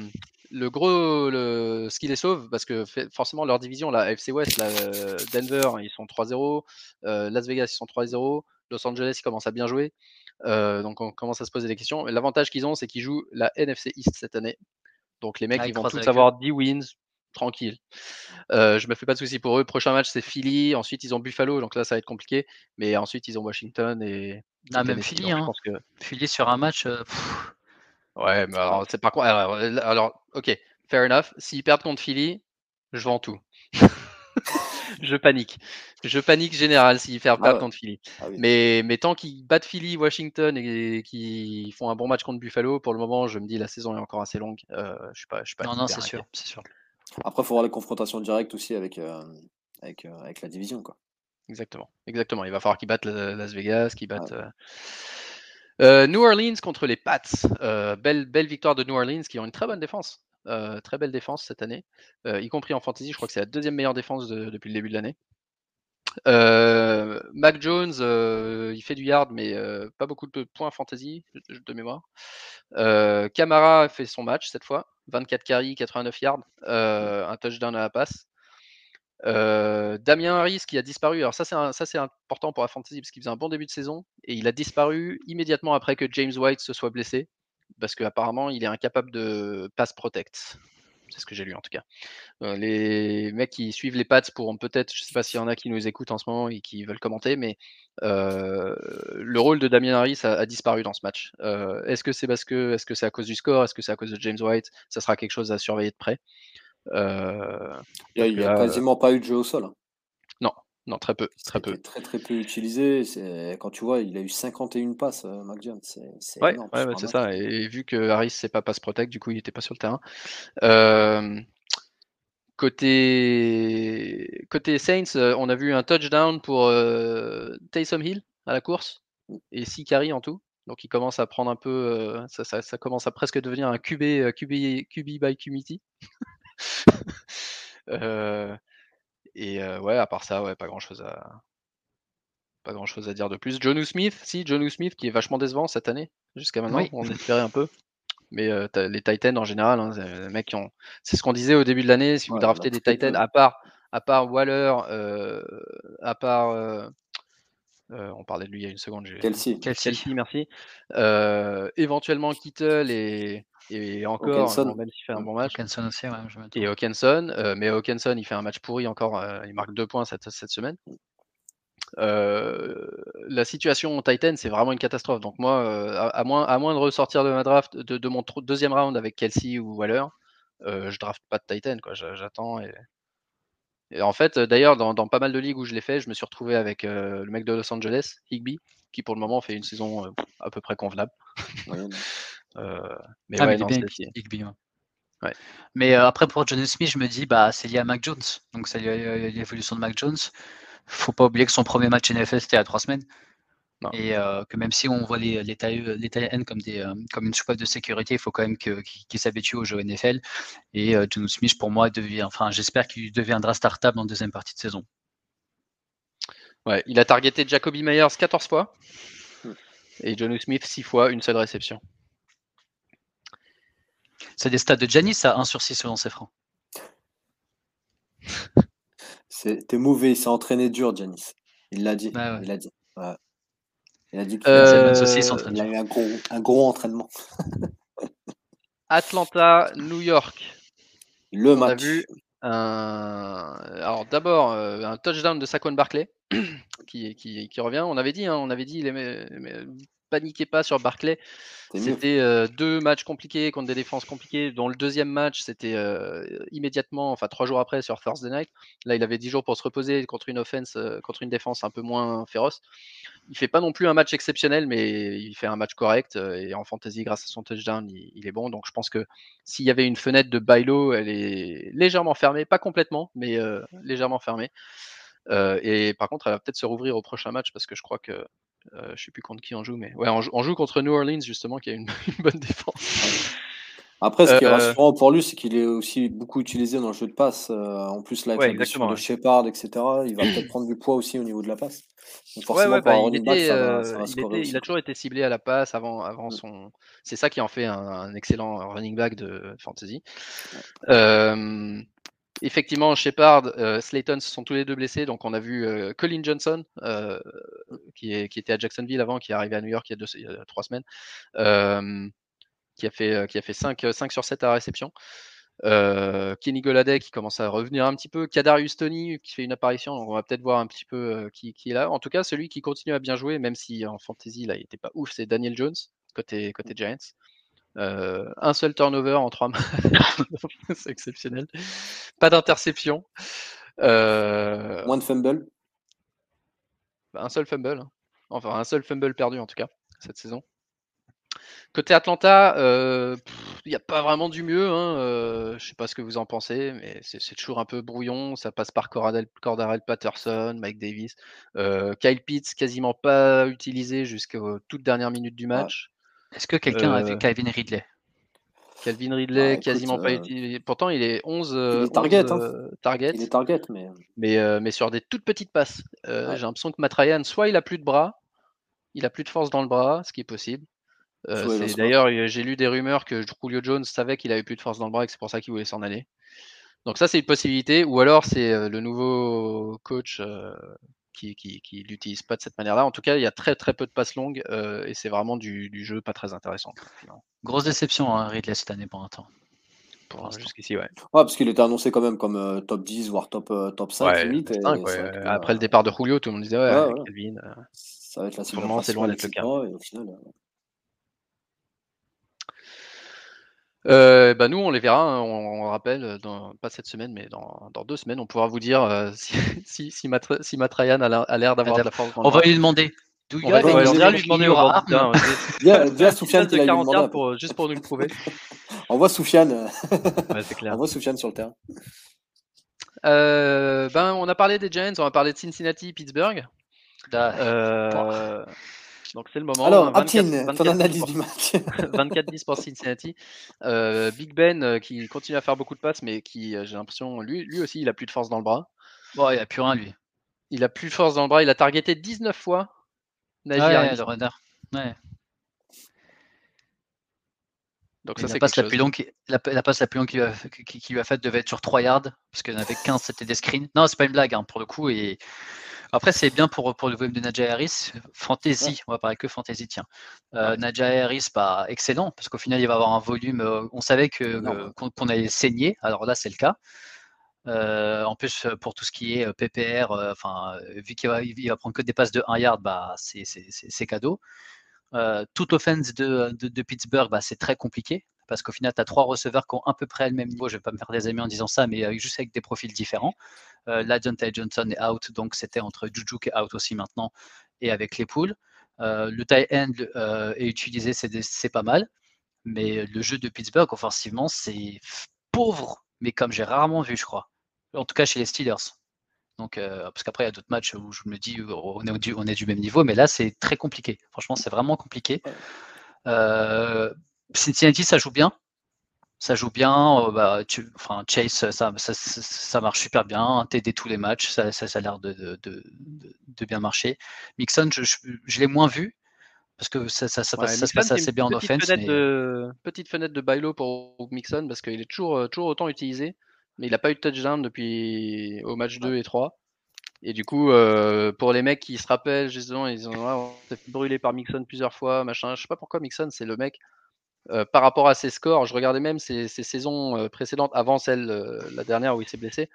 ce qui les sauve, parce que forcément leur division, la AFC West, Denver, ils sont 3-0, Las Vegas, ils sont 3-0, Los Angeles, ils commencent à bien jouer. Donc on commence à se poser des questions. L'avantage qu'ils ont, c'est qu'ils jouent la NFC East cette année. Donc les mecs, ils vont tous avoir 10 wins, tranquille. Je me fais pas de soucis pour eux. Prochain match, c'est Philly. Ensuite, ils ont Buffalo, donc là, ça va être compliqué. Mais ensuite, ils ont Washington et même Philly. Hein. Philly sur un match. Ouais, mais alors, c'est par contre. Alors, ok, fair enough. S'ils perdent contre Philly, je vends tout. Je panique général s'ils perdent contre Philly. Oui. Mais tant qu'ils battent Philly, Washington et qu'ils font un bon match contre Buffalo, pour le moment, je me dis la saison est encore assez longue. Je suis pas. Non, c'est sûr. Après, il faut voir les confrontations directes aussi avec la division, quoi. Exactement. Il va falloir qu'ils battent Las Vegas, qu'ils battent. New Orleans contre les Pats. Belle victoire de New Orleans qui ont une très bonne défense. Très belle défense cette année, y compris en fantasy. Je crois que c'est la deuxième meilleure défense depuis le début de l'année. Mac Jones, il fait du yard, mais pas beaucoup de points fantasy de mémoire. Camara fait son match cette fois, 24 carries, 89 yards, un touchdown à la passe. Damien Harris qui a disparu. Alors ça c'est important pour la fantasy parce qu'il faisait un bon début de saison et il a disparu immédiatement après que James White se soit blessé parce qu'apparemment il est incapable de pass protect. C'est ce que j'ai lu en tout cas. Les mecs qui suivent les Pats pourront peut-être, je sais pas s'il y en a qui nous écoutent en ce moment et qui veulent commenter, mais le rôle de Damien Harris a disparu dans ce match. Est-ce que c'est à cause du score? Est-ce que c'est à cause de James White? Ça sera quelque chose à surveiller de près. Il n'y a quasiment pas eu de jeu au sol. Non, très peu. Très peu utilisé. Quand tu vois, il a eu 51 passes, Mac Jones. C'est énorme. Ouais, c'est ça. Et vu que Harris c'est pas pass protect, du coup il n'était pas sur le terrain. Côté Saints, on a vu un touchdown pour Taysom Hill à la course et 6 carries en tout. Donc il commence à prendre un peu, ça commence à presque devenir un QB by committee. Et à part ça, pas grand chose à dire de plus. Jonnu Smith qui est vachement décevant cette année jusqu'à maintenant. Oui. On espérait un peu. Mais les Titans en général, hein, les mecs c'est ce qu'on disait au début de l'année. Si vous draftez des Titans, à part Waller, on parlait de lui il y a une seconde. Kelsey, merci. Éventuellement Kittle et encore, même s'il fait un bon match. Hawkinson aussi, et Hawkinson, mais Hawkinson il fait un match pourri encore, il marque 2 points cette semaine. La situation Titan, c'est vraiment une catastrophe. Donc moi, à moins de ressortir de ma draft, de mon deuxième round avec Kelsey ou Waller, je draft pas de Titan, quoi. J'attends. Et en fait, d'ailleurs, dans pas mal de ligues où je l'ai fait, je me suis retrouvé avec le mec de Los Angeles, Higbee, qui pour le moment fait une saison à peu près convenable. Mais il est bien Higbee. Ouais. Mais après pour Jonnu Smith, je me dis c'est lié à Mac Jones. Donc c'est lié à l'évolution de Mac Jones. Faut pas oublier que son premier match NFL c'était il y a 3 semaines. Non. Et que même si on voit les Titans comme une soupape de sécurité, il faut quand même qu'ils s'habituent au jeu NFL. Et Jonnu Smith, pour moi, j'espère qu'il deviendra startable en deuxième partie de saison. Ouais, il a targeté Jacoby Myers 14 fois et Jonnu Smith 6 fois, une seule réception. C'est des stats de Giannis, ça, 1 sur 6 selon ses francs. T'es mauvais, il s'est entraîné dur, Giannis. Il l'a dit. Ouais. Il a dit. Ouais. Il a dit qu'il a eu un gros entraînement. Atlanta, New York. Le match. On a vu alors d'abord un touchdown de Saquon Barkley qui revient. On avait dit paniquez pas sur Barkley. C'était 2 matchs compliqués contre des défenses compliquées, dont le deuxième match c'était immédiatement, 3 jours après sur Thursday Night. Là il avait 10 jours pour se reposer contre une défense un peu moins féroce. Il fait pas non plus un match exceptionnel, mais il fait un match correct et en fantasy grâce à son touchdown il est bon. Donc je pense que s'il y avait une fenêtre de buy low, elle est légèrement fermée, pas complètement, mais légèrement fermée. Et par contre elle va peut-être se rouvrir au prochain match parce que je crois que je sais plus contre qui on joue, mais on joue contre New Orleans justement qui a une bonne défense. Après, ce qui est rassurant pour lui, c'est qu'il est aussi beaucoup utilisé dans le jeu de passe. En plus, là, avec la blessure de Shepard, etc., il va peut-être prendre du poids aussi au niveau de la passe. Donc forcément, pour un running back, ça va scorer aussi. Il a toujours été ciblé à la passe avant son. C'est ça qui en fait un excellent running back de fantasy. Effectivement, Shepard, Slayton se sont tous les deux blessés. Donc, on a vu Colin Johnson, qui était à Jacksonville avant, qui est arrivé à New York il y a 3 semaines, qui a fait 5 sur 7 à la réception. Kenny Golladay qui commence à revenir un petit peu. Kadarius Toney qui fait une apparition. Donc, on va peut-être voir un petit peu qui est là. En tout cas, celui qui continue à bien jouer, même si en fantasy, là, il n'était pas ouf, c'est Daniel Jones, côté Giants. Un seul turnover en 3 matchs. C'est exceptionnel. Pas d'interception. Moins de fumble. Un seul fumble. Enfin, un seul fumble perdu en tout cas, cette saison. Côté Atlanta, il n'y a pas vraiment du mieux. Je ne sais pas ce que vous en pensez, mais c'est toujours un peu brouillon. Ça passe par Cordarrelle Patterson, Mike Davis. Kyle Pitts, quasiment pas utilisé jusqu'aux toutes dernières minutes du match. Est-ce que quelqu'un a vu Calvin Ridley? Calvin Ridley, quasiment pas utilisé. Pourtant, il est 11 target. Il est target, mais sur des toutes petites passes. J'ai l'impression que Matt Ryan, soit il a plus de bras, il a plus de force dans le bras, ce qui est possible. D'ailleurs, j'ai lu des rumeurs que Julio Jones savait qu'il avait plus de force dans le bras et que c'est pour ça qu'il voulait s'en aller. Donc ça, c'est une possibilité. Ou alors, c'est le nouveau coach qui l'utilise pas de cette manière-là. En tout cas, il y a très très peu de passes longues et c'est vraiment du jeu pas très intéressant. Grosse déception, Ridley, cette année pour un temps. Jusqu'ici, ouais. Parce qu'il était annoncé quand même comme top 10, voire top 5 limite. 5, après le départ de Julio, tout le monde disait Calvin. Ça va être la cible c'est loin d'être le cas. Et au final, nous, on les verra, on rappelle, pas cette semaine, mais dans 2 semaines, on pourra vous dire si Matt Ryan a l'air d'avoir de la force. On va lui demander. On va lui demander au bord. Bien Soufiane qui l'a lui demandé. Juste pour nous le prouver. On voit Soufiane. C'est clair. On voit Soufiane sur le terrain. On a parlé des Giants, on a parlé de Cincinnati, Pittsburgh. Donc c'est le moment. Alors, ton analyse du match. 24-10 pour Cincinnati. Big Ben qui continue à faire beaucoup de passes, mais qui, j'ai l'impression, lui aussi, il a plus de force dans le bras. Bon, il n'a plus rien, lui. Il a plus de force dans le bras. Il a targeté 19 fois. Le runner. Ouais. Donc ça, la passe la plus longue qu'il lui a faite devait être sur 3 yards, parce qu'il y en avait 15, c'était des screens. Non, c'est pas une blague, pour le coup. Et après, c'est bien pour le volume de Najee Harris. Fantasy, on va parler que fantasy, tiens. Najee Harris, excellent, parce qu'au final, il va avoir un volume. On savait qu'on allait saigner, alors là, c'est le cas. En plus, pour tout ce qui est PPR, vu qu'il va prendre que des passes de 1 yard, c'est cadeau. Toute offense de Pittsburgh, c'est très compliqué parce qu'au final, tu as 3 receveurs qui ont à peu près le même niveau. Je ne vais pas me faire des amis en disant ça, mais juste avec des profils différents. Là, Deontay Johnson est out, donc c'était entre Juju qui est out aussi maintenant et avec les poules. Le tight end est utilisé, c'est pas mal, mais le jeu de Pittsburgh, offensivement, c'est pauvre, mais comme j'ai rarement vu, je crois. En tout cas, chez les Steelers. Donc, parce qu'après, il y a d'autres matchs où je me dis on est du même niveau, mais là, c'est très compliqué. Franchement, c'est vraiment compliqué. Cincinnati, ça joue bien. Ça joue bien. Chase, ça marche super bien. TD tous les matchs, ça a l'air de bien marcher. Mixon, je l'ai moins vu parce que ça se passe assez bien en offense. Petite fenêtre de bailo pour Mixon parce qu'il est toujours autant utilisé. Mais il n'a pas eu de touchdown depuis au match 2 et 3. Et du coup, pour les mecs qui se rappellent, justement, on s'est fait brûler par Mixon plusieurs fois, machin. Je sais pas pourquoi Mixon, c'est le mec, par rapport à ses scores, je regardais même ses saisons précédentes, avant celle, la dernière où il s'est blessé.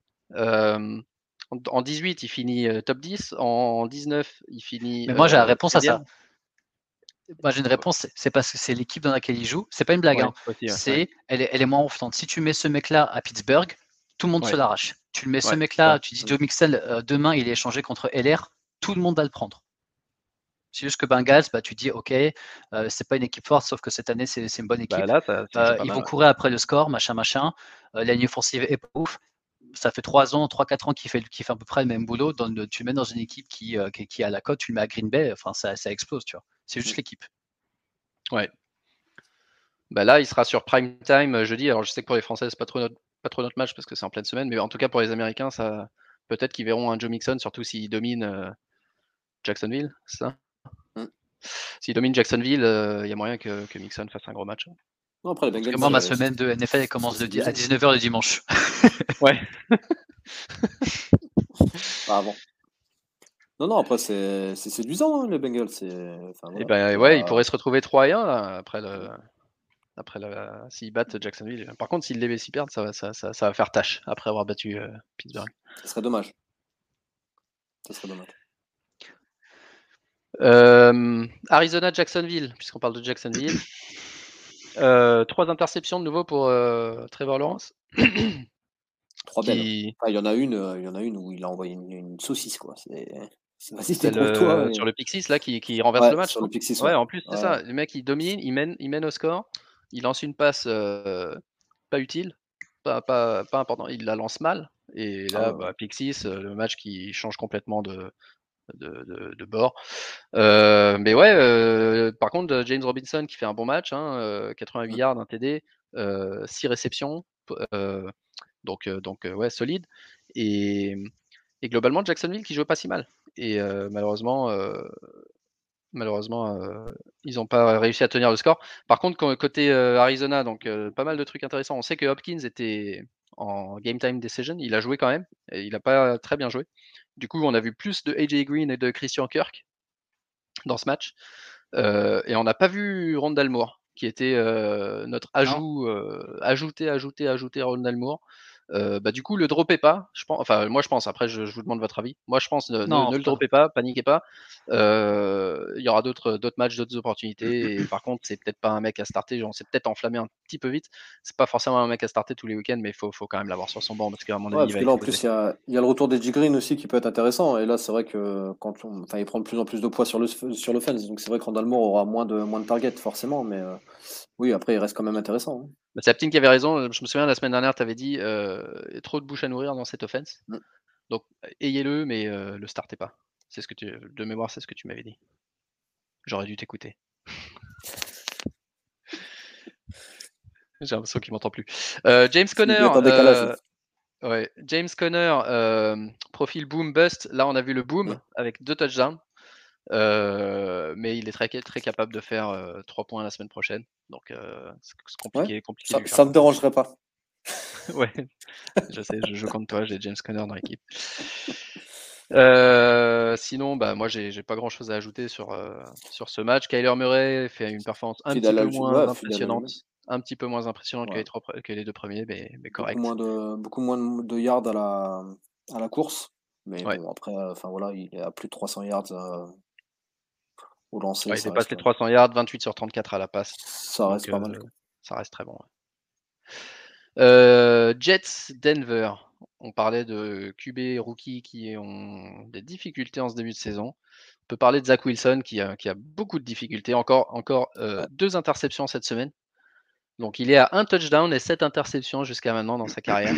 En 18, il finit top 10. En 19, il finit. Mais moi, j'ai la réponse à ça. Moi, j'ai une réponse, c'est parce que c'est l'équipe dans laquelle il joue. C'est pas une blague. Elle est moins offrante. Si tu mets ce mec-là à Pittsburgh, tout le monde se l'arrache. Tu le mets ce mec-là, tu dis Joe Mixon, demain il est échangé contre LR, tout le monde va le prendre. C'est juste que Bengals, tu dis ok, c'est pas une équipe forte, sauf que cette année c'est une bonne équipe. Ils vont courir après le score, machin. La ligne offensive est pas ouf. Ça fait 3-4 ans qu'il fait à peu près le même boulot. Tu le mets dans une équipe qui a la cote, tu le mets à Green Bay, ça explose, tu vois. C'est juste l'équipe. Ouais. Bah là, il sera sur prime time jeudi. Alors je sais que pour les Français, c'est pas trop notre match parce que c'est en pleine semaine, mais en tout cas pour les Américains, ça peut-être qu'ils verront un Joe Mixon, surtout s'il domine Jacksonville, c'est ça? S'il domine Jacksonville, il y a moyen que Mixon fasse un gros match. Non, après, les Parce Bengals, que moi, ma semaine de NFL elle commence à 19h le dimanche. Ouais. Pas avant. Non, après, c'est séduisant, hein, les Bengals. Et ben ouais, ils pourraient se retrouver 3-1 là, après s'ils battent Jacksonville. Par contre, s'ils perdent, ça va faire tâche après avoir battu Pittsburgh. Ça serait dommage. Ça serait dommage. Arizona-Jacksonville, puisqu'on parle de Jacksonville. 3 interceptions de nouveau pour Trevor Lawrence. 3 belles. Il y en a une où il a envoyé une saucisse, quoi. Vas-y, sur le pick 6 là qui renverse le match. Sur le pick 6, ouais, en plus, c'est ça. Le mec, il domine, il mène au score. Il lance une passe pas utile, pas important. Il la lance mal. Et là, pick 6, le match qui change complètement de bord. Mais ouais, par contre, James Robinson qui fait un bon match, 88 yards, un TD, 6 réceptions, donc ouais, solide. Et globalement, Jacksonville qui joue pas si mal. Et malheureusement, ils n'ont pas réussi à tenir le score. Par contre, côté Arizona, donc pas mal de trucs intéressants. On sait que Hopkins était en game time decision, il a joué quand même, et il n'a pas très bien joué. Du coup, on a vu plus de AJ Green et de Christian Kirk dans ce match. Et on n'a pas vu Rondale Moore, qui était notre ajout, ajouté Rondale Moore. Du coup, le droppez pas. Moi, je pense. Après, je vous demande votre avis. Moi, je pense ne le droppez pas, paniquez pas. Il y aura d'autres matchs, d'autres opportunités. Et par contre, c'est peut-être pas un mec à starter. On s'est peut-être enflammé un petit peu vite. C'est pas forcément un mec à starter tous les week-ends, mais il faut quand même l'avoir sur son banc parce qu'à mon avis, parce que là, en plus, il y a le retour d'Edgy Green aussi qui peut être intéressant. Et là, c'est vrai que il prend de plus en plus de poids sur l'offense. Donc, c'est vrai que Rondale Moore aura moins de targets, forcément. Mais oui, après, il reste quand même intéressant. Hein. C'est Aptine qui avait raison. Je me souviens, la semaine dernière, tu avais dit il y a trop de bouche à nourrir dans cette offense. Donc, ayez-le, mais le startez pas. De mémoire, c'est ce que tu m'avais dit. J'aurais dû t'écouter. J'ai l'impression qu'il m'entend plus. James Conner. James Conner, profil boom bust. Là, on a vu le boom avec 2 touchdowns. Mais il est très capable de faire 3 points la semaine prochaine. Donc, c'est compliqué. Ça me dérangerait pas. Ouais, je sais, je joue contre toi, j'ai James Conner dans l'équipe. Sinon, moi, j'ai pas grand chose à ajouter sur ce match. Kyler Murray fait une performance un petit peu moins impressionnante. Un petit peu moins impressionnante que les 2 premiers, mais correct. Beaucoup moins de yards à la course. Mais bon, après, il est à plus de 300 yards au lancer. Il dépasse les 300 yards, 28 sur 34 à la passe. Ça reste pas mal. Ça reste très bon. Jets, Denver. On parlait de QB rookies qui ont des difficultés en ce début de saison. On peut parler de Zach Wilson qui a beaucoup de difficultés. Encore 2 interceptions cette semaine. Donc il est à 1 touchdown et 7 interceptions jusqu'à maintenant dans sa carrière.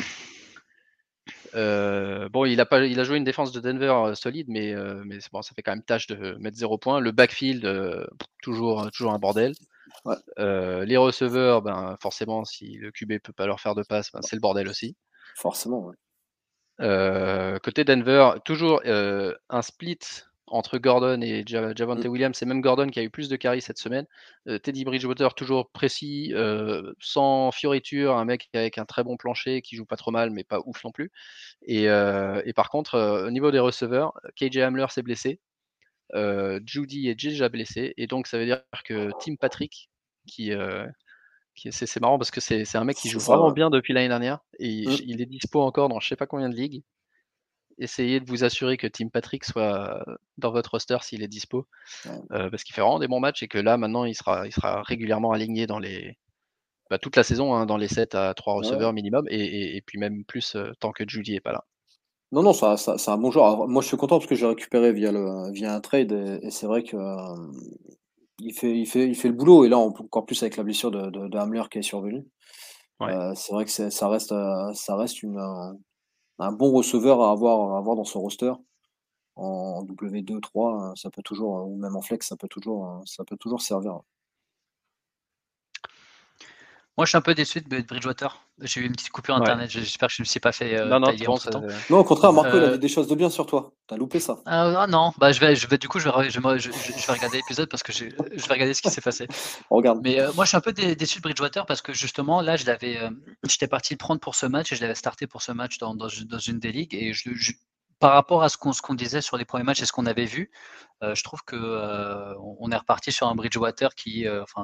Il a joué une défense de Denver solide, mais bon, ça fait quand même tâche de mettre 0 points. Le backfield, toujours un bordel. Les receveurs, forcément, si le QB peut pas leur faire de passe, c'est le bordel aussi. Forcément, côté Denver, toujours un split entre Gordon et Javonte Williams. C'est même Gordon qui a eu plus de carries cette semaine. Teddy Bridgewater, toujours précis, sans fioriture, un mec avec un très bon plancher, qui joue pas trop mal, mais pas ouf non plus. Et par contre, au niveau des receveurs, KJ Hamler s'est blessé. Judy est déjà blessé. Et donc, ça veut dire que Tim Patrick, c'est marrant parce que c'est un mec qui joue vraiment bien depuis l'année dernière. Et il est dispo encore dans je sais pas combien de ligues. Essayez de vous assurer que Tim Patrick soit dans votre roster s'il est dispo, parce qu'il fait vraiment des bons matchs et que là maintenant il sera régulièrement aligné dans toute la saison, dans les 7 à 3 receveurs minimum et puis même plus tant que Judy est pas là. Non, c'est un bon joueur. Alors, moi je suis content parce que j'ai récupéré via un trade et c'est vrai que il fait le boulot et là encore plus avec la blessure de Hamler qui est survenue. C'est vrai que ça reste un bon receveur à avoir dans son roster. En W2, 3, ça peut toujours, ou même en flex, ça peut toujours servir. Moi, je suis un peu déçu de Bridgewater. J'ai eu une petite coupure internet. J'espère que je ne me suis pas fait tailler en tout temps. Non, au contraire, Marco, il a dit des choses de bien sur toi. T'as loupé ça. Ah non, bah je vais regarder l'épisode parce que je vais regarder ce qui s'est passé. Regarde. Mais moi, je suis un peu déçu de Bridgewater parce que justement, là, j'étais parti le prendre pour ce match et je l'avais starté pour ce match dans une des ligues. Et par rapport à ce qu'on disait sur les premiers matchs et ce qu'on avait vu, je trouve que on est reparti sur un Bridgewater qui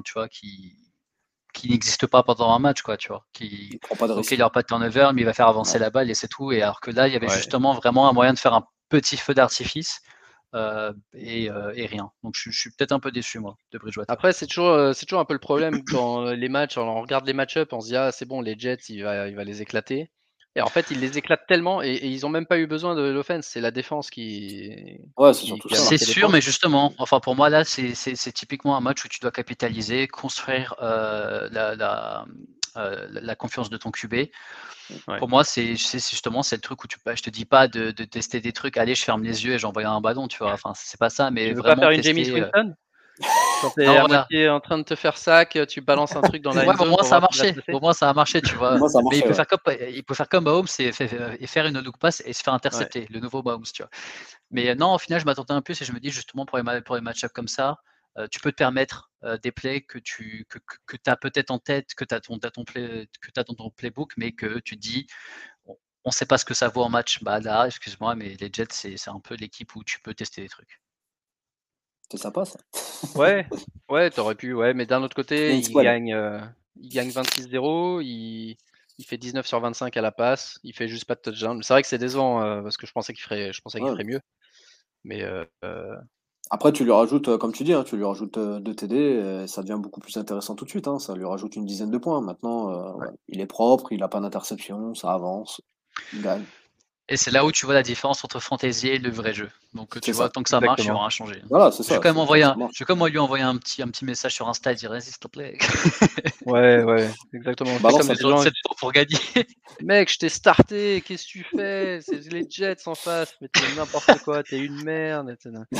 n'existe pas pendant un match, quoi, tu vois. Il prend pas de risque. Il n'y aura pas de turnover, mais il va faire avancer la balle et c'est tout. Et alors que là, il y avait justement vraiment un moyen de faire un petit feu d'artifice et rien. Donc je suis peut-être un peu déçu, moi, de Bridgewater. Après, c'est toujours un peu le problème dans les matchs. On regarde les match-up, on se dit, ah, c'est bon, les Jets, il va les éclater. Et en fait, ils les éclatent tellement et ils n'ont même pas eu besoin de l'offense. C'est la défense qui. Ouais, c'est surtout ça. C'est sûr, mais justement, enfin pour moi là, c'est typiquement un match où tu dois capitaliser, construire la confiance de ton QB. Ouais. Pour moi, c'est justement le truc où je te dis pas de tester des trucs. Allez, je ferme les yeux et j'envoie un ballon, tu vois. Enfin, c'est pas ça, mais tu veux vraiment pas faire tester, une Jameis Winston quand t'es à moitié en train de te faire sac, tu balances un truc dans la zone. Au moins ça a marché. Au moins ça a marché, tu vois. Mais il peut faire comme Mahomes et faire une look pass et se faire intercepter, le nouveau Mahomes, tu vois. Mais non, au final, je m'attendais un peu et je me dis justement pour les match-up comme ça, tu peux te permettre des plays que tu as peut-être en tête, que tu as dans ton playbook, mais que tu te dis, on ne sait pas ce que ça vaut en match. Bah là, excuse-moi, mais les Jets, c'est un peu l'équipe où tu peux tester des trucs. C'est sympa ça. Ouais, t'aurais pu, mais d'un autre côté, il gagne 26-0, il fait 19 sur 25 à la passe, il fait juste pas de touchdown. C'est vrai que c'est décevant parce que je pensais qu'il ferait mieux. Mais après, tu lui rajoutes, comme tu dis, tu lui rajoutes 2 TD, ça devient beaucoup plus intéressant tout de suite. Ça lui rajoute une dizaine de points. Maintenant, il est propre, il n'a pas d'interception, ça avance, il gagne. Et c'est là où tu vois la différence entre fantasy et le vrai jeu. Donc tu vois, tant que ça marche, il n'y aura rien changé. Voilà, c'est ça. Je vais quand même lui envoyer un petit message sur Insta et dire s'il te plaît. Ouais, exactement. C'est pour gagner. Mec, je t'ai starté, qu'est-ce que tu fais? C'est les Jets en face, mais t'es n'importe quoi, t'es une merde.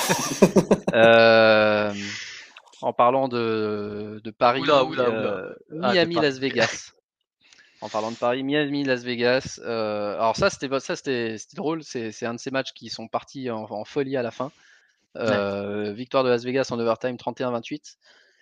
En parlant de Paris, Miami, Las Vegas. En parlant de Paris, Miami, Las Vegas. Alors ça, c'était drôle. C'est un de ces matchs qui sont partis en folie à la fin. Victoire de Las Vegas en overtime, 31-28.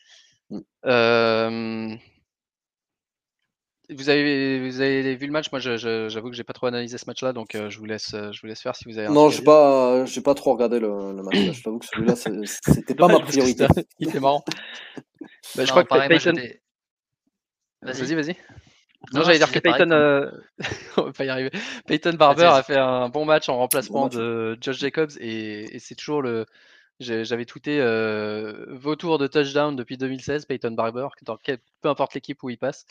Vous avez vu le match? Moi, j'avoue que j'ai pas trop analysé ce match-là, donc je vous laisse faire si vous avez. Non, j'ai pas trop regardé le match. Là. Je t'avoue que celui-là, c'était pas ma priorité. C'est marrant. Je crois que Peyton. Vas-y. Non, j'allais dire que Peyton, on va pas y arriver. Peyton Barber a fait un bon match en remplacement de Josh Jacobs et c'est toujours j'avais tweeté vautour de touchdown depuis 2016, Peyton Barber, peu importe l'équipe où il passe.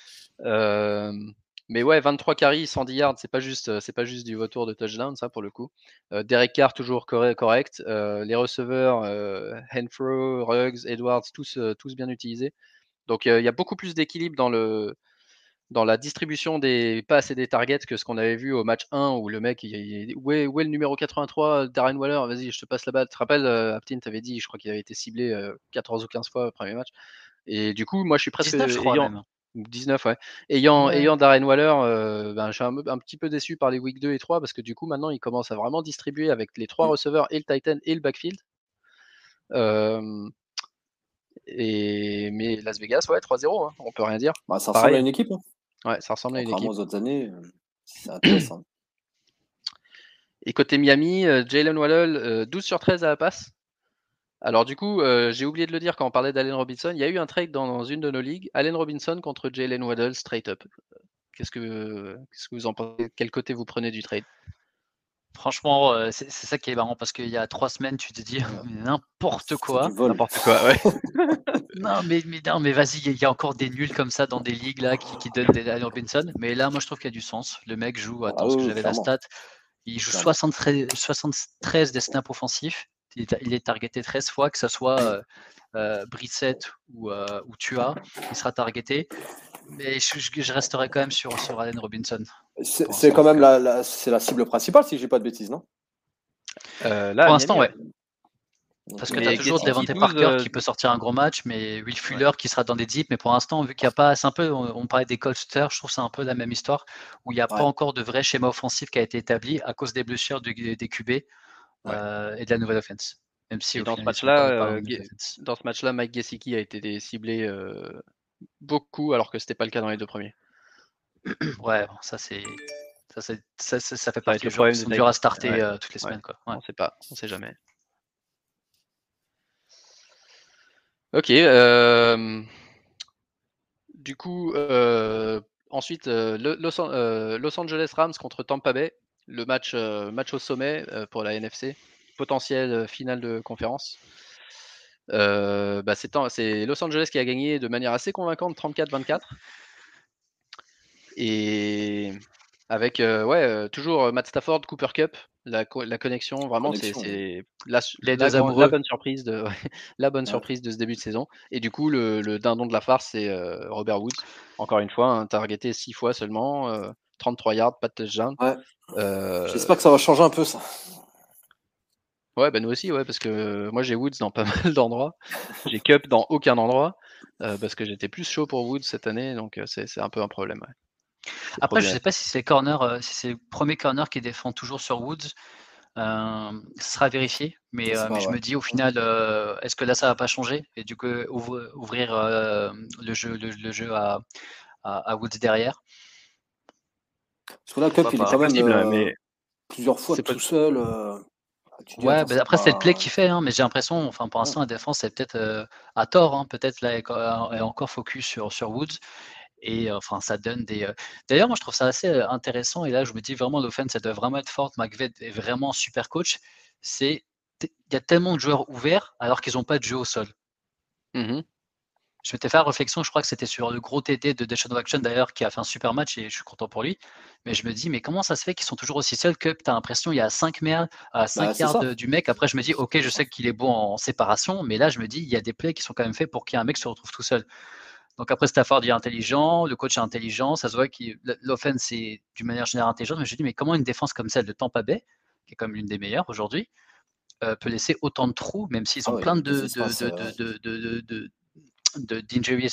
Mais ouais, 23 carries, 110 yards, c'est pas juste du vautour de touchdown, ça pour le coup. Derek Carr toujours correct. Les receveurs, Renfrow, Ruggs, Edwards, tous bien utilisés. Donc il y a beaucoup plus d'équilibre dans la distribution des passes et des targets que ce qu'on avait vu au match 1 où le mec, où est le numéro 83, Darren Waller, vas-y, je te passe la balle. Tu te rappelles, Aptin t'avait dit, je crois qu'il avait été ciblé 14 ou 15 fois au premier match. Et du coup, moi, je suis presque 19, je crois, même. 19, ouais. Ayant Darren Waller, je suis un petit peu déçu par les week 2 et 3 parce que du coup, maintenant, il commence à vraiment distribuer avec les 3 receveurs et le tight end et le backfield. Mais Las Vegas, 3-0, on peut rien dire. Ça ressemble à une équipe. Ouais, ça ressemble à une équipe. Aux autres années, c'est intéressant. Et côté Miami, Jalen Waddle, 12 sur 13 à la passe. Alors du coup, j'ai oublié de le dire quand on parlait d'Allen Robinson, il y a eu un trade dans une de nos ligues, Allen Robinson contre Jalen Waddle straight up. Qu'est-ce que vous en pensez? Quel côté vous prenez du trade? Franchement, c'est ça qui est marrant parce qu'il y a 3 semaines, tu te dis n'importe quoi. N'importe quoi, ouais. non, mais vas-y, il y a encore des nuls comme ça dans des ligues là qui donnent des Allen Robinson. Mais là, moi, je trouve qu'il y a du sens. Le mec joue, parce que j'avais la stat, il joue 73 des snaps offensifs. Il est targeté 13 fois, que ce soit Brissett ou Tua, il sera targeté. Mais je resterai quand même sur Allen Robinson. C'est quand même c'est la cible principale, si j'ai pas de bêtises, non? Pour l'instant, ouais. Parce que tu as toujours Devante Parker qui peut sortir un gros match, mais Will Fuller qui sera dans des dips. Mais pour l'instant, vu qu'il n'y a pas, c'est un peu, on parlait des Colsters, je trouve que c'est un peu la même histoire, où il n'y a pas encore de vrai schéma offensif qui a été établi à cause des blessures des QB et de la nouvelle offense. Même si dans ce match-là, Mike Gesicki a été ciblé beaucoup, alors que c'était pas le cas dans les 2 premiers. Ouais, ça c'est. Ça fait partie du jeu. Ils sont durs à starter toutes les semaines. Quoi. On sait jamais. Ok. Du coup, ensuite, Los Angeles Rams contre Tampa Bay, le match au sommet pour la NFC, potentiel finale de conférence. C'est Los Angeles qui a gagné de manière assez convaincante, 34-24. Et avec toujours Matt Stafford, Cooper Kupp, la connexion, vraiment, c'est la bonne surprise de la bonne surprise de ce début de saison. Et du coup, le dindon de la farce, c'est Robert Woods. Encore une fois, targeté 6 fois seulement, 33 yards, pas de touchdown. J'espère que ça va changer un peu ça. Ouais, nous aussi, parce que moi j'ai Woods dans pas mal d'endroits. J'ai Kupp dans aucun endroit, parce que j'étais plus chaud pour Woods cette année, donc c'est un peu un problème. Ouais. Après, je sais pas si c'est si c'est le premier corner qui défend toujours sur Woods. Ce sera vérifié, mais je me dis au final, est-ce que là ça va pas changer et du coup ouvrir le jeu à Woods derrière. Parce que là, Kupp, il est quand même plusieurs fois tout seul. Après c'est le play qu'il fait, mais j'ai l'impression, pour l'instant la défense c'est peut-être à tort, peut-être là elle est encore focus sur Woods. Et ça donne des. D'ailleurs, moi, je trouve ça assez intéressant. Et là, je me dis vraiment, l'offense, ça doit vraiment être forte. McVay est vraiment super coach. Il y a tellement de joueurs ouverts alors qu'ils n'ont pas de jeu au sol. Je m'étais fait la réflexion, je crois que c'était sur le gros TD de Deshaun Watson d'ailleurs, qui a fait un super match et je suis content pour lui. Mais je me dis, mais comment ça se fait qu'ils sont toujours aussi seuls que tu as l'impression il y a 5 yards du mec. Après, je me dis, ok, je sais qu'il est bon en séparation, mais là, je me dis, il y a des plays qui sont quand même faits pour qu'un mec se retrouve tout seul. Donc après, Stafford est intelligent, le coach est intelligent, ça se voit que l'offense est d'une manière générale intelligente. Mais je me dis, mais comment une défense comme celle de Tampa Bay, qui est comme l'une des meilleures aujourd'hui, peut laisser autant de trous, même s'ils ont plein d'injuries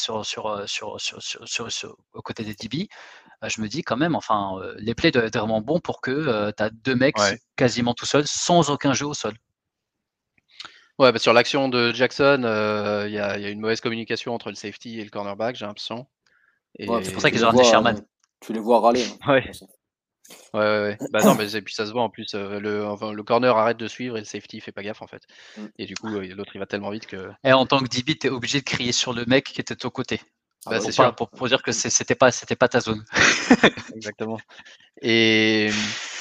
aux côtés des DB. Je me dis quand même, les plays doivent être vraiment bons pour que tu as 2 mecs quasiment tout seuls, sans aucun jeu au sol. Ouais, sur l'action de Jackson, il y a une mauvaise communication entre le safety et le cornerback, j'ai l'impression. C'est pour ça qu'ils ont ramené Sherman. Tu les vois râler. Ouais. Non, mais puis ça se voit en plus. Le corner arrête de suivre et le safety fait pas gaffe en fait. Et du coup, l'autre il va tellement vite que. Et en tant que DB, t'es obligé de crier sur le mec qui était de ton côté. C'est sûr. Pour dire que c'était pas ta zone. Exactement. Et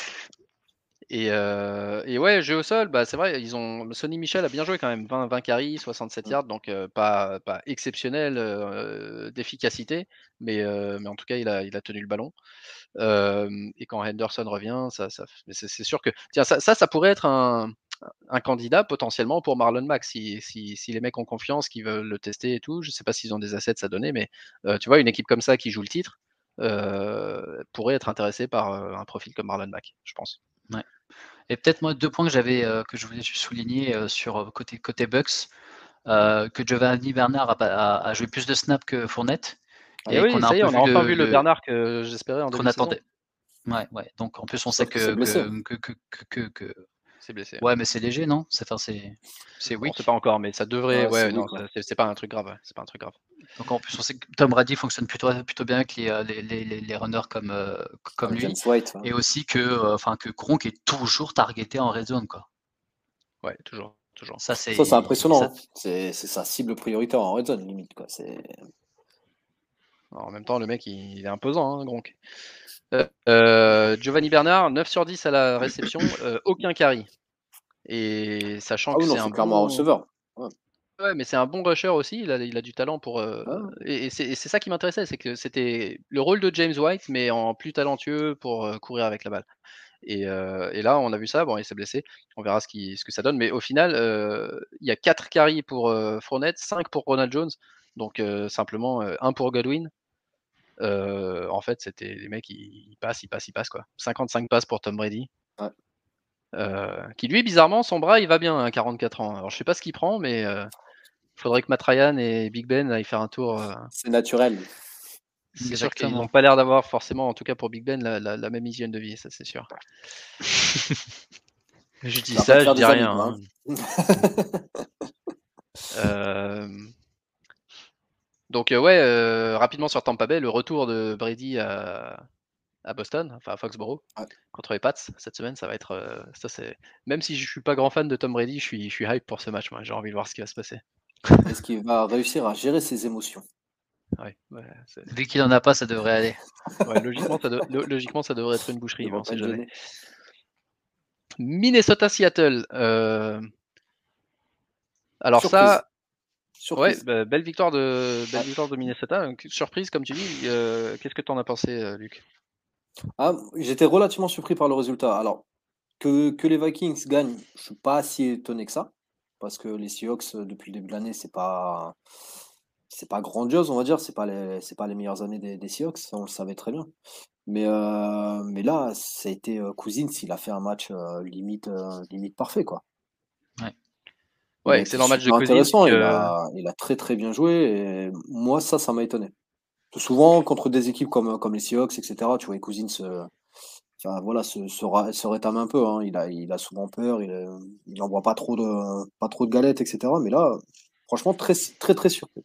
ouais, jeu au sol, c'est vrai, Sonny Michel a bien joué quand même, 20 carries, 67 yards, donc pas exceptionnel d'efficacité, mais en tout cas il a tenu le ballon. Et quand Henderson revient, c'est sûr que tiens, ça pourrait être un candidat potentiellement pour Marlon Mack si les mecs ont confiance, qu'ils veulent le tester et tout. Je sais pas s'ils ont des assets à donner, mais tu vois, une équipe comme ça qui joue le titre pourrait être intéressée par un profil comme Marlon Mack, je pense. Ouais. Et peut-être moi 2 points que je voulais souligner sur côté Bucks, que Giovanni Bernard a joué plus de snaps que Fournette. Et oui, ça y est, on a enfin vu le Bernard que j'espérais en début de saison. Ouais. Donc en plus on sait que c'est blessé. Ouais, mais c'est léger, non? C'est weak. On sait pas encore, mais ça devrait. C'est pas un truc grave. C'est pas un truc grave. Donc en plus on sait que Tom Brady fonctionne plutôt bien avec les runners comme lui. White, et aussi que Gronk est toujours targeté en red zone, quoi. Ouais, toujours. Ça c'est impressionnant. C'est sa cible prioritaire en red zone, limite, quoi. En même temps, le mec, il est imposant, Gronk. Giovanni Bernard, 9 sur 10 à la réception, aucun carry. Et sachant que c'est clairement un receveur. Ouais, mais c'est un bon rusher aussi, il a du talent pour. Et c'est ça qui m'intéressait, c'est que c'était le rôle de James White, mais en plus talentueux pour courir avec la balle. Et là, on a vu ça, bon, il s'est blessé, on verra ce que ça donne, mais au final, il y a 4 carries pour Fournette, 5 pour Ronald Jones, donc simplement 1 pour Godwin. En fait, c'était les mecs, ils passent quoi. 55 passes pour Tom Brady. Ouais. qui lui, bizarrement, son bras, il va bien à 44 ans. Alors, je sais pas ce qu'il prend, mais faudrait que Matt Ryan et Big Ben aillent faire un tour. C'est naturel. C'est sûr qu'ils n'ont pas l'air d'avoir forcément, en tout cas pour Big Ben, la même hygiène de vie, ça c'est sûr. Je dis ça, je dis rien. Donc rapidement sur Tampa Bay, le retour de Brady à Boston, enfin à Foxborough, contre les Pats cette semaine, ça va être ça c'est. Même si je suis pas grand fan de Tom Brady, je suis hype pour ce match. Moi, j'ai envie de voir ce qui va se passer. Est-ce qu'il va réussir à gérer ses émotions? Ouais, vu qu'il en a pas, ça devrait aller. Ouais, logiquement, ça devrait être une boucherie, mais on sait jamais. Minnesota-Seattle. Alors surprise. Ouais, belle victoire de Minnesota. Surprise, comme tu dis. Qu'est-ce que tu en as pensé, Luc? J'étais relativement surpris par le résultat. Alors, que les Vikings gagnent, je suis pas si étonné que ça, parce que les Seahawks, depuis le début de l'année, c'est pas grandiose, on va dire. C'est pas les meilleures années des Seahawks, ça, on le savait très bien. Mais là, ça a été Cousins, il a fait un match limite parfait, quoi. Ouais, excellent match de Cousins. Intéressant, il a très très bien joué. Et moi, ça m'a étonné. Souvent, contre des équipes comme les Seahawks, etc., tu vois, Cousins se rétame un peu. Hein. Il a souvent peur, il n'envoie pas trop de galettes, etc. Mais là, franchement, très très très surpris.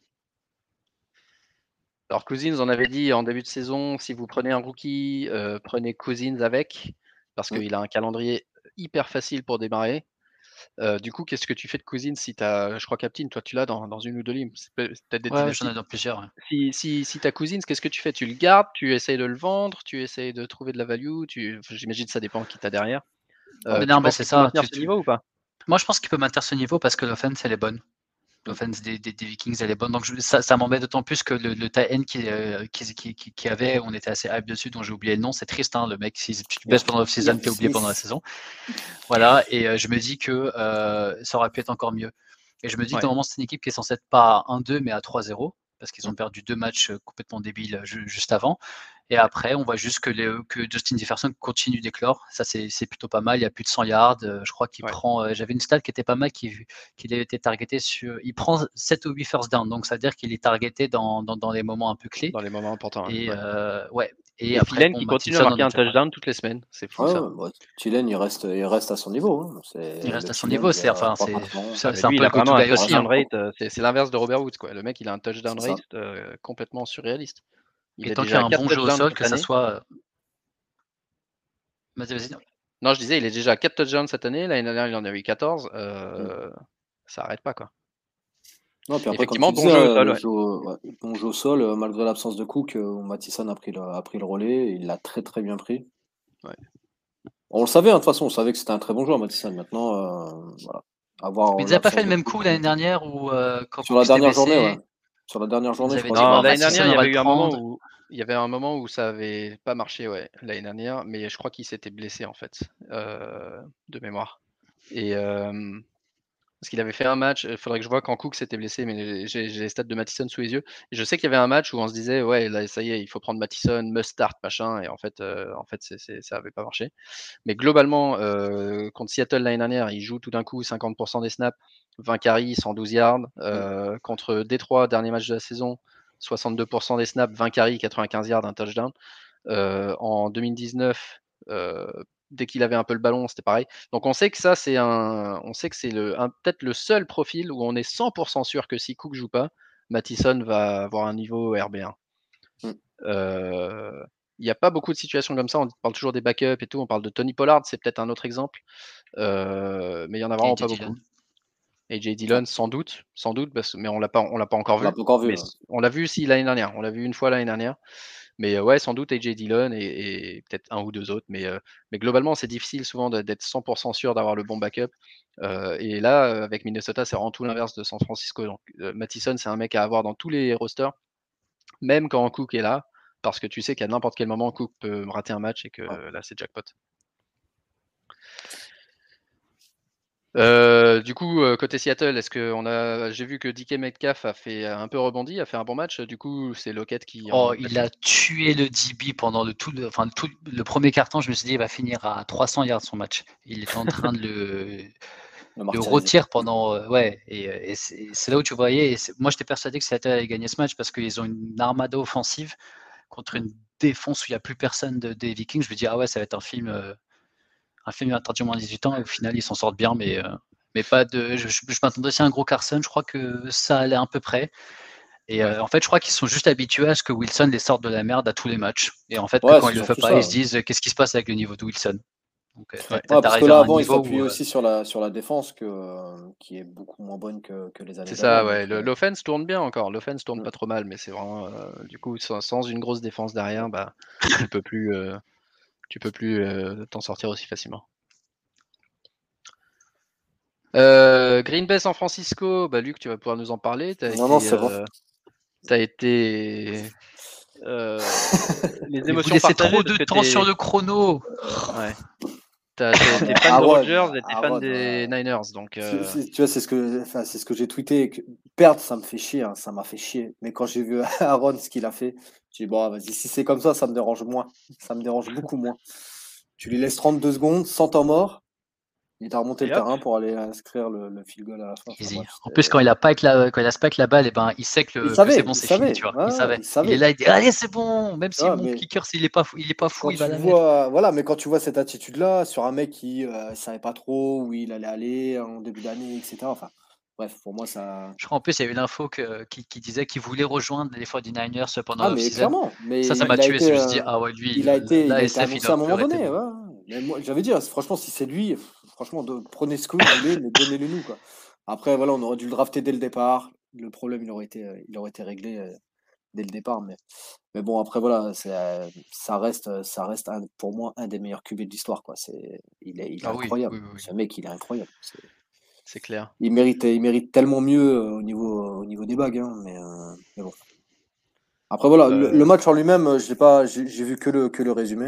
Alors Cousins, on avait dit en début de saison, si vous prenez un rookie, prenez Cousins avec, parce qu'il a un calendrier hyper facile pour démarrer. Du coup, qu'est-ce que tu fais de Cousins si t'as, je crois Captain, toi tu l'as dans une ou deux lignes. Ouais, j'en ai dans plusieurs. Ouais. Si t'as Cousins, qu'est-ce que tu fais? Tu le gardes, tu essayes de le vendre, tu essayes de trouver de la value, j'imagine que ça dépend qui t'as derrière. Mais non, c'est ça. Maintenir ce niveau ou pas? Moi, je pense qu'il peut maintenir ce niveau parce que l'offense, elle est bonne. L'offense des Vikings, elle est bonne. Donc ça m'embête d'autant plus que le tight end qui avait, on était assez hype dessus, dont j'ai oublié le nom. C'est triste, hein, le mec, si tu baisses pendant l'off-season, t'es oublié pendant la saison. Voilà, et je me dis que ça aurait pu être encore mieux. Et je me dis que normalement, c'est une équipe qui est censée être pas à 1-2, mais à 3-0, parce qu'ils ont perdu 2 matchs complètement débiles juste avant. Et après, on voit juste que Justin Jefferson continue d'éclore. Ça, c'est plutôt pas mal. Il y a plus de 100 yards. Je crois qu'il prend. J'avais une stat qui était pas mal, qu'il a été targeté sur. Il prend 7 ou 8 first down. Donc, ça veut dire qu'il est targeté dans les moments un peu clés. Dans les moments importants. Et Et après, Thielen qui continue à marquer un touchdown toutes les semaines. C'est fou ça. Thielen, il reste à son niveau. Hein. Il reste à son niveau. C'est un peu le go-to guy aussi. C'est l'inverse de Robert Woods. Quoi. Le mec, il a un touchdown rate complètement surréaliste. Il a déjà un bon jeu au sol, que ça soit. Vas-y. Non, je disais, il est déjà à 4 touchdowns cette année. L'année dernière, il en a eu 14. Ça arrête pas, quoi. Non, puis après, effectivement, bon jeu au sol, malgré l'absence de Cook, Mattison a pris le relais. Il l'a très très bien pris. Ouais. On le savait, de toute façon, on savait que c'était un très bon joueur, Mattison. Maintenant, voilà. Mais ils n'avaient pas fait le même coup l'année dernière ou sur la dernière journée, ouais. Sur la dernière journée, je crois. L'année dernière, il y avait un moment où ça avait pas marché, ouais, l'année dernière, mais je crois qu'il s'était blessé en fait, de mémoire. Et parce qu'il avait fait un match, il faudrait que je vois quand Cook s'était blessé, mais j'ai les stats de Mattison sous les yeux. Et je sais qu'il y avait un match où on se disait, ouais, là, ça y est, il faut prendre Mattison, must start, machin. Et en fait, ça avait pas marché. Mais globalement, contre Seattle l'année dernière, il joue tout d'un coup 50% des snaps, 20 carries, 112 yards. Contre Détroit, dernier match de la saison, 62% des snaps, 20 carries, 95 yards, un touchdown. En 2019, dès qu'il avait un peu le ballon, c'était pareil. Donc on sait que ça, c'est peut-être le seul profil où on est 100% sûr que si Cook joue pas, Mattison va avoir un niveau RB1. Il n'y a pas beaucoup de situations comme ça. On parle toujours des backups et tout. On parle de Tony Pollard, c'est peut-être un autre exemple. Mais il y en a vraiment pas beaucoup. AJ Dillon, sans doute, mais on l'a pas encore vu. On l'a vu aussi l'année dernière. On l'a vu une fois l'année dernière. Mais ouais, sans doute AJ Dillon et peut-être un ou deux autres. Mais globalement, c'est difficile souvent d'être 100% sûr d'avoir le bon backup. Et là, avec Minnesota, c'est vraiment tout l'inverse de San Francisco. Donc, Mattison, c'est un mec à avoir dans tous les rosters, même quand Cook est là, parce que tu sais qu'à n'importe quel moment, Cook peut rater un match et que là, c'est jackpot. Du coup, côté Seattle, j'ai vu que DK Metcalf a fait un peu rebondi, a fait un bon match. Du coup, c'est Lockett qui il a tué le DB pendant le premier quart-temps. Je me suis dit, il va finir à 300 yards son match. Il était en train de le retirer pendant. Et c'est là où tu voyais. Moi, j'étais persuadé que Seattle allait gagner ce match parce qu'ils ont une armada offensive contre une défense où il n'y a plus personne des Vikings. Je me dis, ah ouais, ça va être un film interdit au moins 18 ans. Et au final, ils s'en sortent bien, mais pas de. Je m'attendais aussi à un gros Carson. Je crois que ça allait à peu près. Et en fait, je crois qu'ils sont juste habitués à ce que Wilson les sorte de la merde à tous les matchs. Et en fait, quand il le fait pas, ils se disent qu'est-ce qui se passe avec le niveau de Wilson. Donc, parce que là, avant, ils s'appuient aussi sur la défense qui est beaucoup moins bonne que les années dernières. C'est ça, ouais. L'offense tourne bien encore. L'offense tourne pas trop mal, mais c'est vraiment du coup sans une grosse défense derrière, bah tu peux plus t'en sortir aussi facilement. Green Bay San Francisco, bah Luc, tu vas pouvoir nous en parler. Non, c'est bon. T'as été les émotions partagées. Trop de temps sur le chrono. Ouais. T'es fan de Rodgers et t'es fan des Niners, donc. Tu vois, c'est ce que j'ai tweeté. Perdre, ça me fait chier, ça m'a fait chier. Mais quand j'ai vu Aaron ce qu'il a fait, j'ai dit bon, vas-y, si c'est comme ça me dérange moins. Ça me dérange beaucoup moins. Tu lui laisses 32 secondes, sans temps mort. Il t'a remonté le terrain pour aller inscrire le field goal à la fin. En plus, quand il a pas avec la balle, il sait que c'est bon, c'est fini, tu vois. Il savait. Il est là, il dit allez, c'est bon. Même si mon kicker, il est pas fou, il va la mettre. Voilà, mais quand tu vois cette attitude-là sur un mec qui savait pas trop où il allait aller en début d'année, etc. Enfin, bref, pour moi, ça. Je crois en plus, il y a eu l'info qui disait qu'il voulait rejoindre les 49ers pendant la saison. Clairement. Mais ça m'a tué. Je me suis dit, ah ouais, lui, il a été annoncé à un moment donné. Ouais. Mais moi, j'avais dit, franchement, si c'est lui, franchement, prenez ce que vous voulez, mais donnez-le nous, quoi. Après, voilà, on aurait dû le drafter dès le départ. Le problème, il aurait été réglé dès le départ. Mais bon, après, voilà, ça reste pour moi un des meilleurs QB de l'histoire, quoi. Il est incroyable. Oui. Ce mec, il est incroyable. C'est clair. Il mérite tellement mieux au niveau des bagues, hein, mais bon. Après, voilà, le match en lui-même, j'ai vu que le résumé.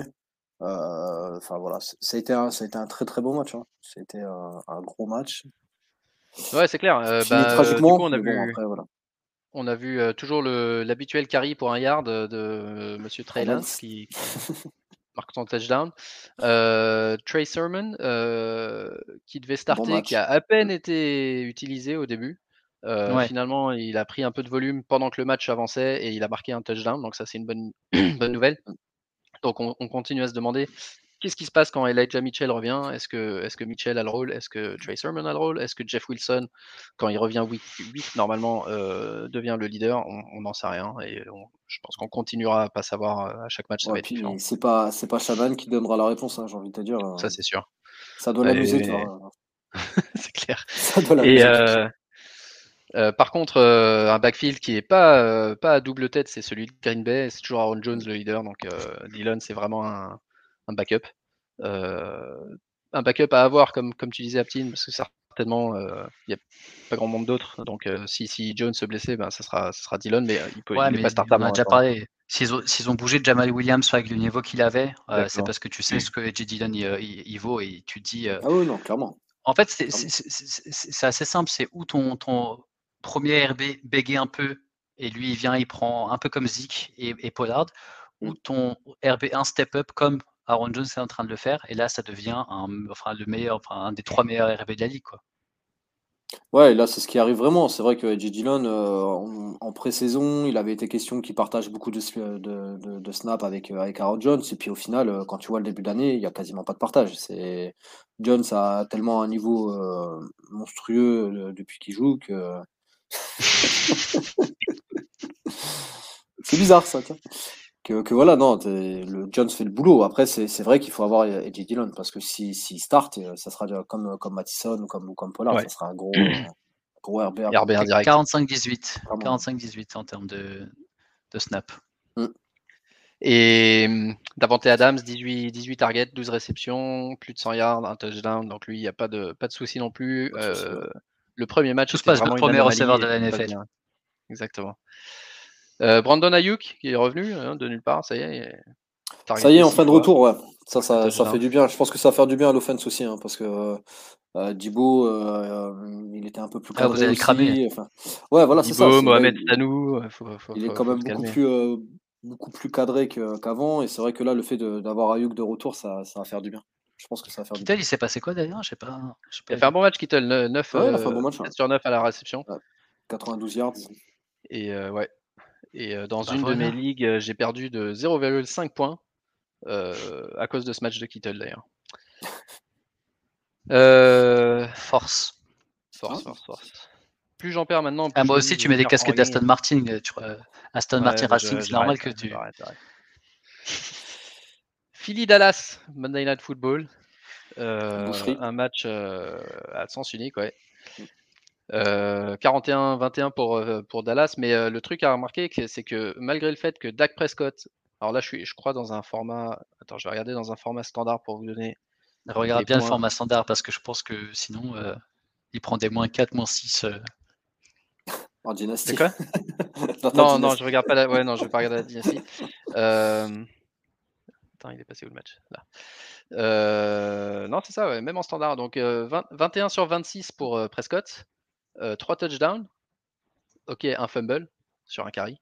Enfin voilà, ça a été un très très beau match. Hein. C'était un gros match. Ouais, c'est clair. Tragiquement, du coup, on a vu toujours l'habituel carry pour un yard de Monsieur Trey Lance qui marque son touchdown. Trey Sermon qui devait starter, qui a à peine été utilisé au début. Finalement, il a pris un peu de volume pendant que le match avançait et il a marqué un touchdown. Donc ça, c'est une bonne nouvelle. Donc on continue à se demander qu'est-ce qui se passe quand Elijah Mitchell revient. Est-ce que Mitchell a le rôle? Est-ce que Trey Sermon a le rôle? Est-ce que Jeff Wilson, quand il revient week 8, normalement, devient le leader? On n'en sait rien. Et je pense qu'on continuera à pas savoir à chaque match. Ça va être différent. C'est pas Shaban qui donnera la réponse, hein, j'ai envie de te dire. Ça, c'est sûr. Ça doit l'amuser, tu vois. C'est clair. Ça doit l'amuser. Par contre, un backfield qui est pas à double tête, c'est celui de Green Bay. C'est toujours Aaron Jones le leader. Donc Dillon, c'est vraiment un backup. Un backup à avoir, comme tu disais, Aptine, parce que certainement, il n'y a pas grand monde d'autres. Donc si Jones se blessait, ça sera Dillon, mais il n'est pas startable. On a déjà parlé. S'ils ont bougé de Jamal Williams avec le niveau qu'il avait, c'est parce que tu sais ce que AJ Dillon il vaut et tu dis. Ah oui, non, clairement. En fait, c'est assez simple. C'est où ton premier RB bégaye un peu et lui il vient, il prend un peu comme Zeke et Pollard, ou ton RB1 step up comme Aaron Jones est en train de le faire, et là ça devient un des 3 meilleurs RB de la ligue, quoi. Ouais, là c'est ce qui arrive vraiment. C'est vrai que AJ Dillon en pré-saison, il avait été question qu'il partage beaucoup de snaps avec Aaron Jones, et puis au final, quand tu vois le début d'année, il n'y a quasiment pas de partage. Jones a tellement un niveau monstrueux depuis qu'il joue que c'est bizarre ça, tiens. Que voilà, non, le Jones fait le boulot. Après, c'est vrai qu'il faut avoir AJ Dillon parce que s'il start, ça sera comme Mattison ou comme Pollard, ça sera un gros RB1 direct. 45-18. 45-18 en termes de snap. Et Davante Adams, 18 targets, 12 réceptions, plus de 100 yards, un touchdown. Donc lui, il n'y a pas de souci non plus. Le premier match, tout se passe, le premier receveur de la NFL. Exactement. Brandon Ayuk qui est revenu de nulle part, ça y est. Ça y est, en fin de retour, ouais. Ça fait du bien. Je pense que ça va faire du bien à l'offense aussi, hein, parce que Dibo, il était un peu plus cadré vous avez aussi. cramé. Enfin, ouais, voilà, c'est ça. Dibo, Mohamed Stanou, Il est quand même beaucoup plus cadré qu'avant. Et c'est vrai que là, le fait d'avoir Ayuk de retour, ça va faire du bien. Je pense que ça va faire du bien. Kittel, il s'est passé quoi d'ailleurs? Je sais pas. Il a fait un bon match, Kittel, 9 Ouais, il a fait un bon match. 7 sur 9 à la réception. 92 yards. Et ouais. Et dans Bah une de mes voilà. ligues, j'ai perdu de 0,5 points à cause de ce match de Kittel d'ailleurs. Force. Plus j'en perds maintenant, plus moi je aussi, dis, tu mets des finir par casquettes d'Aston regagner. Martin. Aston Martin Racing, c'est normal que tu. J'arrête. Philly-Dallas, Monday Night Football. Un match à sens unique, ouais. 41-21 pour Dallas, mais le truc à remarquer, c'est que malgré le fait que Dak Prescott, alors là je crois dans un format, attends, je vais regarder dans un format standard pour vous donner. Regarde bien le format standard parce que je pense que sinon il prend des -4, -6. En dynastie. C'est quoi? Non, je regarde pas la. Ouais, non, je vais pas regarder la dynastie. Attends, il est passé où le match là? Non, c'est ça, ouais, même en standard. Donc 21 sur 26 pour Prescott, 3 touchdowns. Ok, un fumble sur un carry.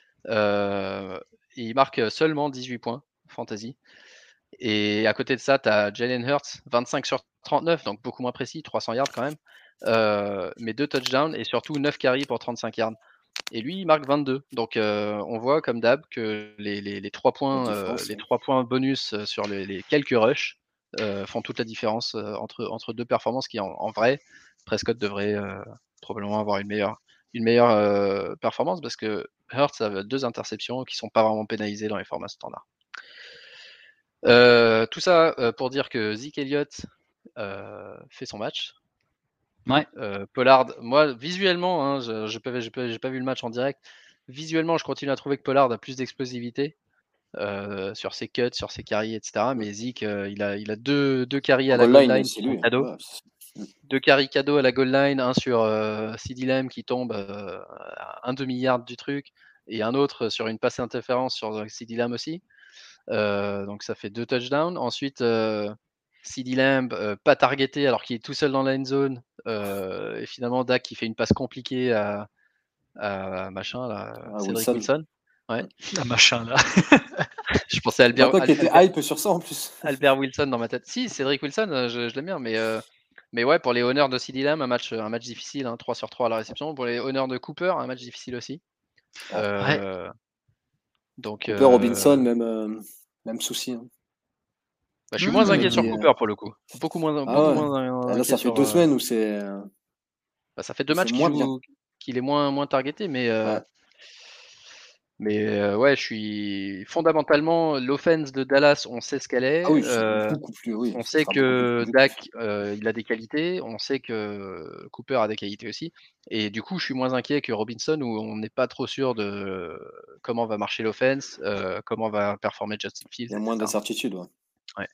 Il marque seulement 18 points, fantasy. Et à côté de ça, tu as Jalen Hurts, 25 sur 39, donc beaucoup moins précis, 300 yards quand même. Mais 2 touchdowns et surtout 9 carries pour 35 yards. Et lui, il marque 22. Donc on voit comme d'hab que les 3 points, les 3 points bonus sur les quelques rushs font toute la différence entre deux performances qui, en vrai, Prescott devrait probablement avoir une meilleure performance parce que Hurts a 2 interceptions qui ne sont pas vraiment pénalisées dans les formats standards. Tout ça pour dire que Zeke Elliott fait son match. Ouais. Pollard, moi visuellement, hein, j'ai pas vu le match en direct. Visuellement, je continue à trouver que Pollard a plus d'explosivité sur ses cuts, sur ses carries, etc. Mais Zeke, il a deux carries à la goal line qui sont cadeaux. Ouais. 2 carries cadeaux à la goal line, un sur CeeDee Lamb qui tombe à un demi-yard du truc, et un autre sur une passe interférence sur CeeDee Lamb aussi. Donc ça fait 2 touchdowns. Ensuite, CeeDee Lamb pas targeté alors qu'il est tout seul dans la end zone. Et finalement, Dak qui fait une passe compliquée à machin là, Cédric Wilson. Ouais. Un machin là. Je pensais à Albert. Toi qui étais hype sur ça en plus. Albert Wilson dans ma tête. Si, Cédric Wilson, je l'aime bien, mais ouais, pour les honneurs de CeeDee Lamb, un match difficile, hein, 3 sur 3 à la réception. Pour les honneurs de Cooper, un match difficile aussi. Ouais. Donc, Cooper, Robinson, même souci. Hein. Bah, je suis moins inquiet sur Cooper pour le coup. Beaucoup moins là, ça fait 2 semaines où c'est. Bah, ça fait 2 matchs qu'il est moins targeté, mais ouais, je suis fondamentalement l'offense de Dallas, on sait ce qu'elle est. Beaucoup plus, oui. On sait que Dak, il a des qualités. On sait que Cooper a des qualités aussi. Et du coup, je suis moins inquiet que Robinson où on n'est pas trop sûr de comment va marcher l'offense, comment va performer Justin Fields. Il y a moins d'incertitude, ouais.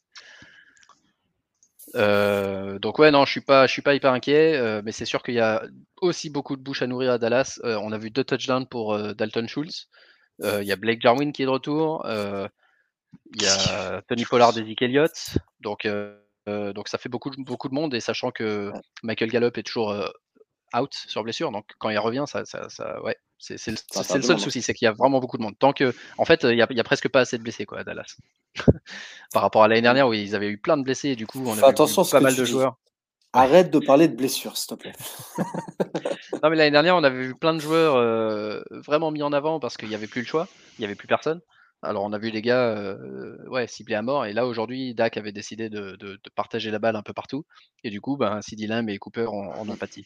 Donc ouais, non, je suis pas hyper inquiet, mais c'est sûr qu'il y a aussi beaucoup de bouches à nourrir à Dallas. On a vu 2 touchdowns pour Dalton Schultz. Il y a Blake Jarwin qui est de retour. Il y a Tony Pollard et Zeke Elliott. Donc ça fait beaucoup de monde, et sachant que Michael Gallup est toujours out sur blessure, donc quand il revient, ouais, c'est le seul souci, c'est qu'il y a vraiment beaucoup de monde. Tant que, en fait, il y a presque pas assez de blessés quoi à Dallas. Par rapport à l'année dernière où ils avaient eu plein de blessés, et du coup on a vu pas mal de joueurs. Arrête de parler de blessures, s'il te plaît. Non, mais l'année dernière, on avait vu plein de joueurs vraiment mis en avant parce qu'il n'y avait plus le choix, il n'y avait plus personne. Alors on a vu les gars ciblés à mort, et là aujourd'hui, Dak avait décidé de partager la balle un peu partout, et du coup, CeeDee Lamb et Cooper en ont pâti.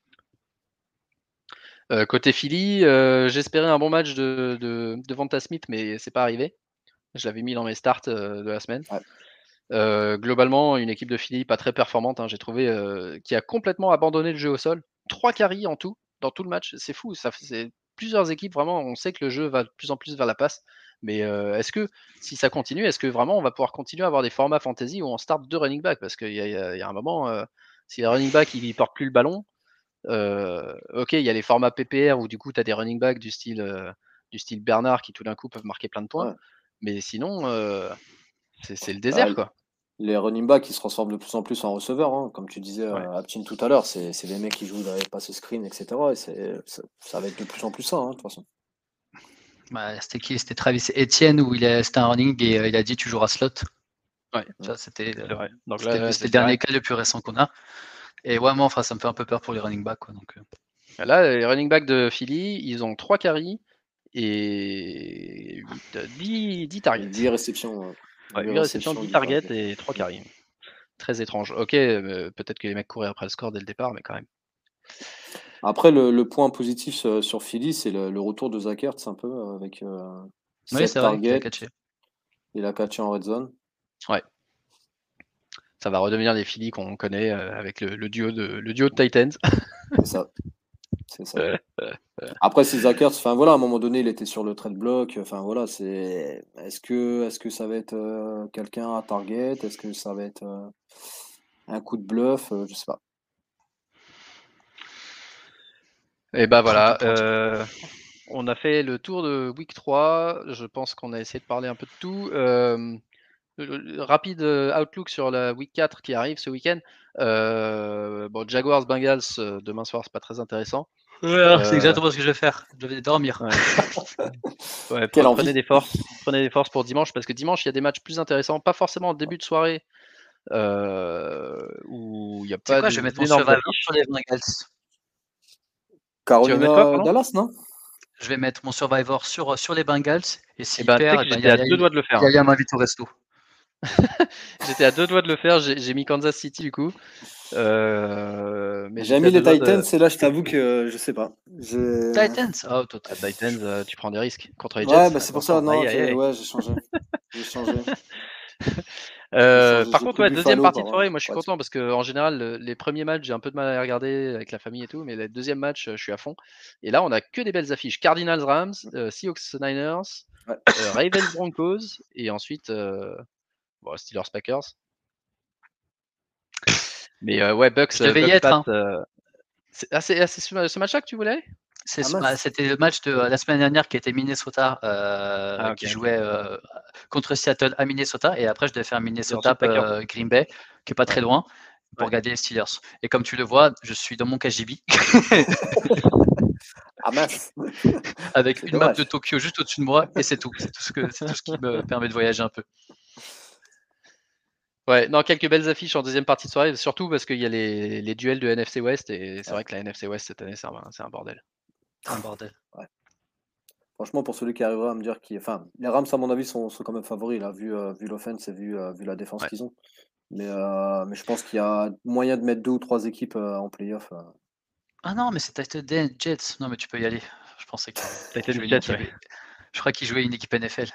Côté Philly, j'espérais un bon match de Devonta Smith, mais c'est pas arrivé. Je l'avais mis dans mes starts de la semaine. Globalement, une équipe de Philly pas très performante, hein, j'ai trouvé, qui a complètement abandonné le jeu au sol. 3 carries en tout, dans tout le match, c'est fou. C'est plusieurs équipes, vraiment, on sait que le jeu va de plus en plus vers la passe. Mais est-ce que, si ça continue, est-ce que vraiment on va pouvoir continuer à avoir des formats fantasy où on start 2 running back? Parce qu'il y a un moment, si le running back il porte plus le ballon, ok, il y a les formats PPR où du coup tu as des running backs du style Bernard qui tout d'un coup peuvent marquer plein de points. Mais sinon, c'est le désert, quoi. les running backs, ils se transforment de plus en plus en receveurs, hein. Comme tu disais à Aptin tout à l'heure, c'est des mecs qui jouent dans les passes screen, etc. Et ça va être de plus en plus ça, hein, de toute façon. Bah, c'était qui? C'était Travis Etienne où c'était un running et il a dit tu joueras slot. Ouais, ça c'était le dernier cas le plus récent qu'on a. Et ouais, moi, enfin, ça me fait un peu peur pour les running backs, quoi. Donc, là, les running backs de Philly, ils ont 3 carries et 10 targets. 10 réceptions. 8 réceptions, 10 targets et 3 carries. Très étrange. Ok, peut-être que les mecs couraient après le score dès le départ, mais quand même. Après, le point positif sur Philly, c'est le retour de Zach Ertz un peu avec 7 targets. Il a catché en red zone. Ouais. Ça va redevenir les Philly qu'on connaît avec le duo de Titans. C'est ça. Après, si Zach Ertz, à un moment donné, il était sur le trade block. Est-ce que ça va être quelqu'un à target? Est-ce que ça va être un coup de bluff? Je sais pas. Et bah voilà, on a fait le tour de Week 3. Je pense qu'on a essayé de parler un peu de tout. Rapide outlook sur la Week 4 qui arrive ce week-end. Jaguars Bengals demain soir, c'est pas très intéressant. C'est exactement ce que je vais faire. Je vais dormir. Prenez des forces pour dimanche parce que dimanche il y a des matchs plus intéressants, pas forcément en début de soirée où il y a pas. Quoi, je vais mettre mon survivor sur les Bengals. Carolina Dallas, non? Je vais mettre mon survivor sur les Bengals et s'il perd, j'étais à 2 doigts de le faire. Yalia m'invite au resto. J'étais à 2 doigts de le faire. J'ai mis Kansas City du coup. Mais j'ai mis les Titans et là je t'avoue que je sais pas. Titans, Titans, tu prends des risques contre les Jets. Ouais, c'est pour ça. Non, ouais, j'ai changé. Par contre, deuxième partie de soirée, moi je suis content parce que en général, les premiers matchs, j'ai un peu de mal à les regarder avec la famille et tout, mais le deuxième match, je suis à fond. Et là, on a que des belles affiches. Cardinals Rams, Seahawks Niners, Ravens Broncos, et ensuite Steelers Packers. Mais Bucks. C'est ce match-là que tu voulais? C'était le match de la semaine dernière qui était Minnesota, qui jouait contre Seattle à Minnesota, et après je devais faire Minnesota Green Bay, qui est pas très loin, pour regarder les Steelers. Et comme tu le vois, je suis dans mon KGB. Avec une map de Tokyo juste au-dessus de moi, et c'est tout. C'est tout ce qui me permet de voyager un peu. Ouais, non, quelques belles affiches en deuxième partie de soirée, surtout parce qu'il y a les duels de NFC West, et c'est vrai que la NFC West cette année, c'est un bordel. Un bordel. Ouais. Franchement, pour celui qui arrivera à me dire les Rams, à mon avis, sont quand même favoris, là, vu l'offense et vu la défense qu'ils ont. Mais je pense qu'il y a moyen de mettre 2 ou 3 équipes en playoff. Ah non, mais c'est Titan Jets. Non, mais tu peux y aller. Je pensais que je crois qu'il jouait une équipe NFL.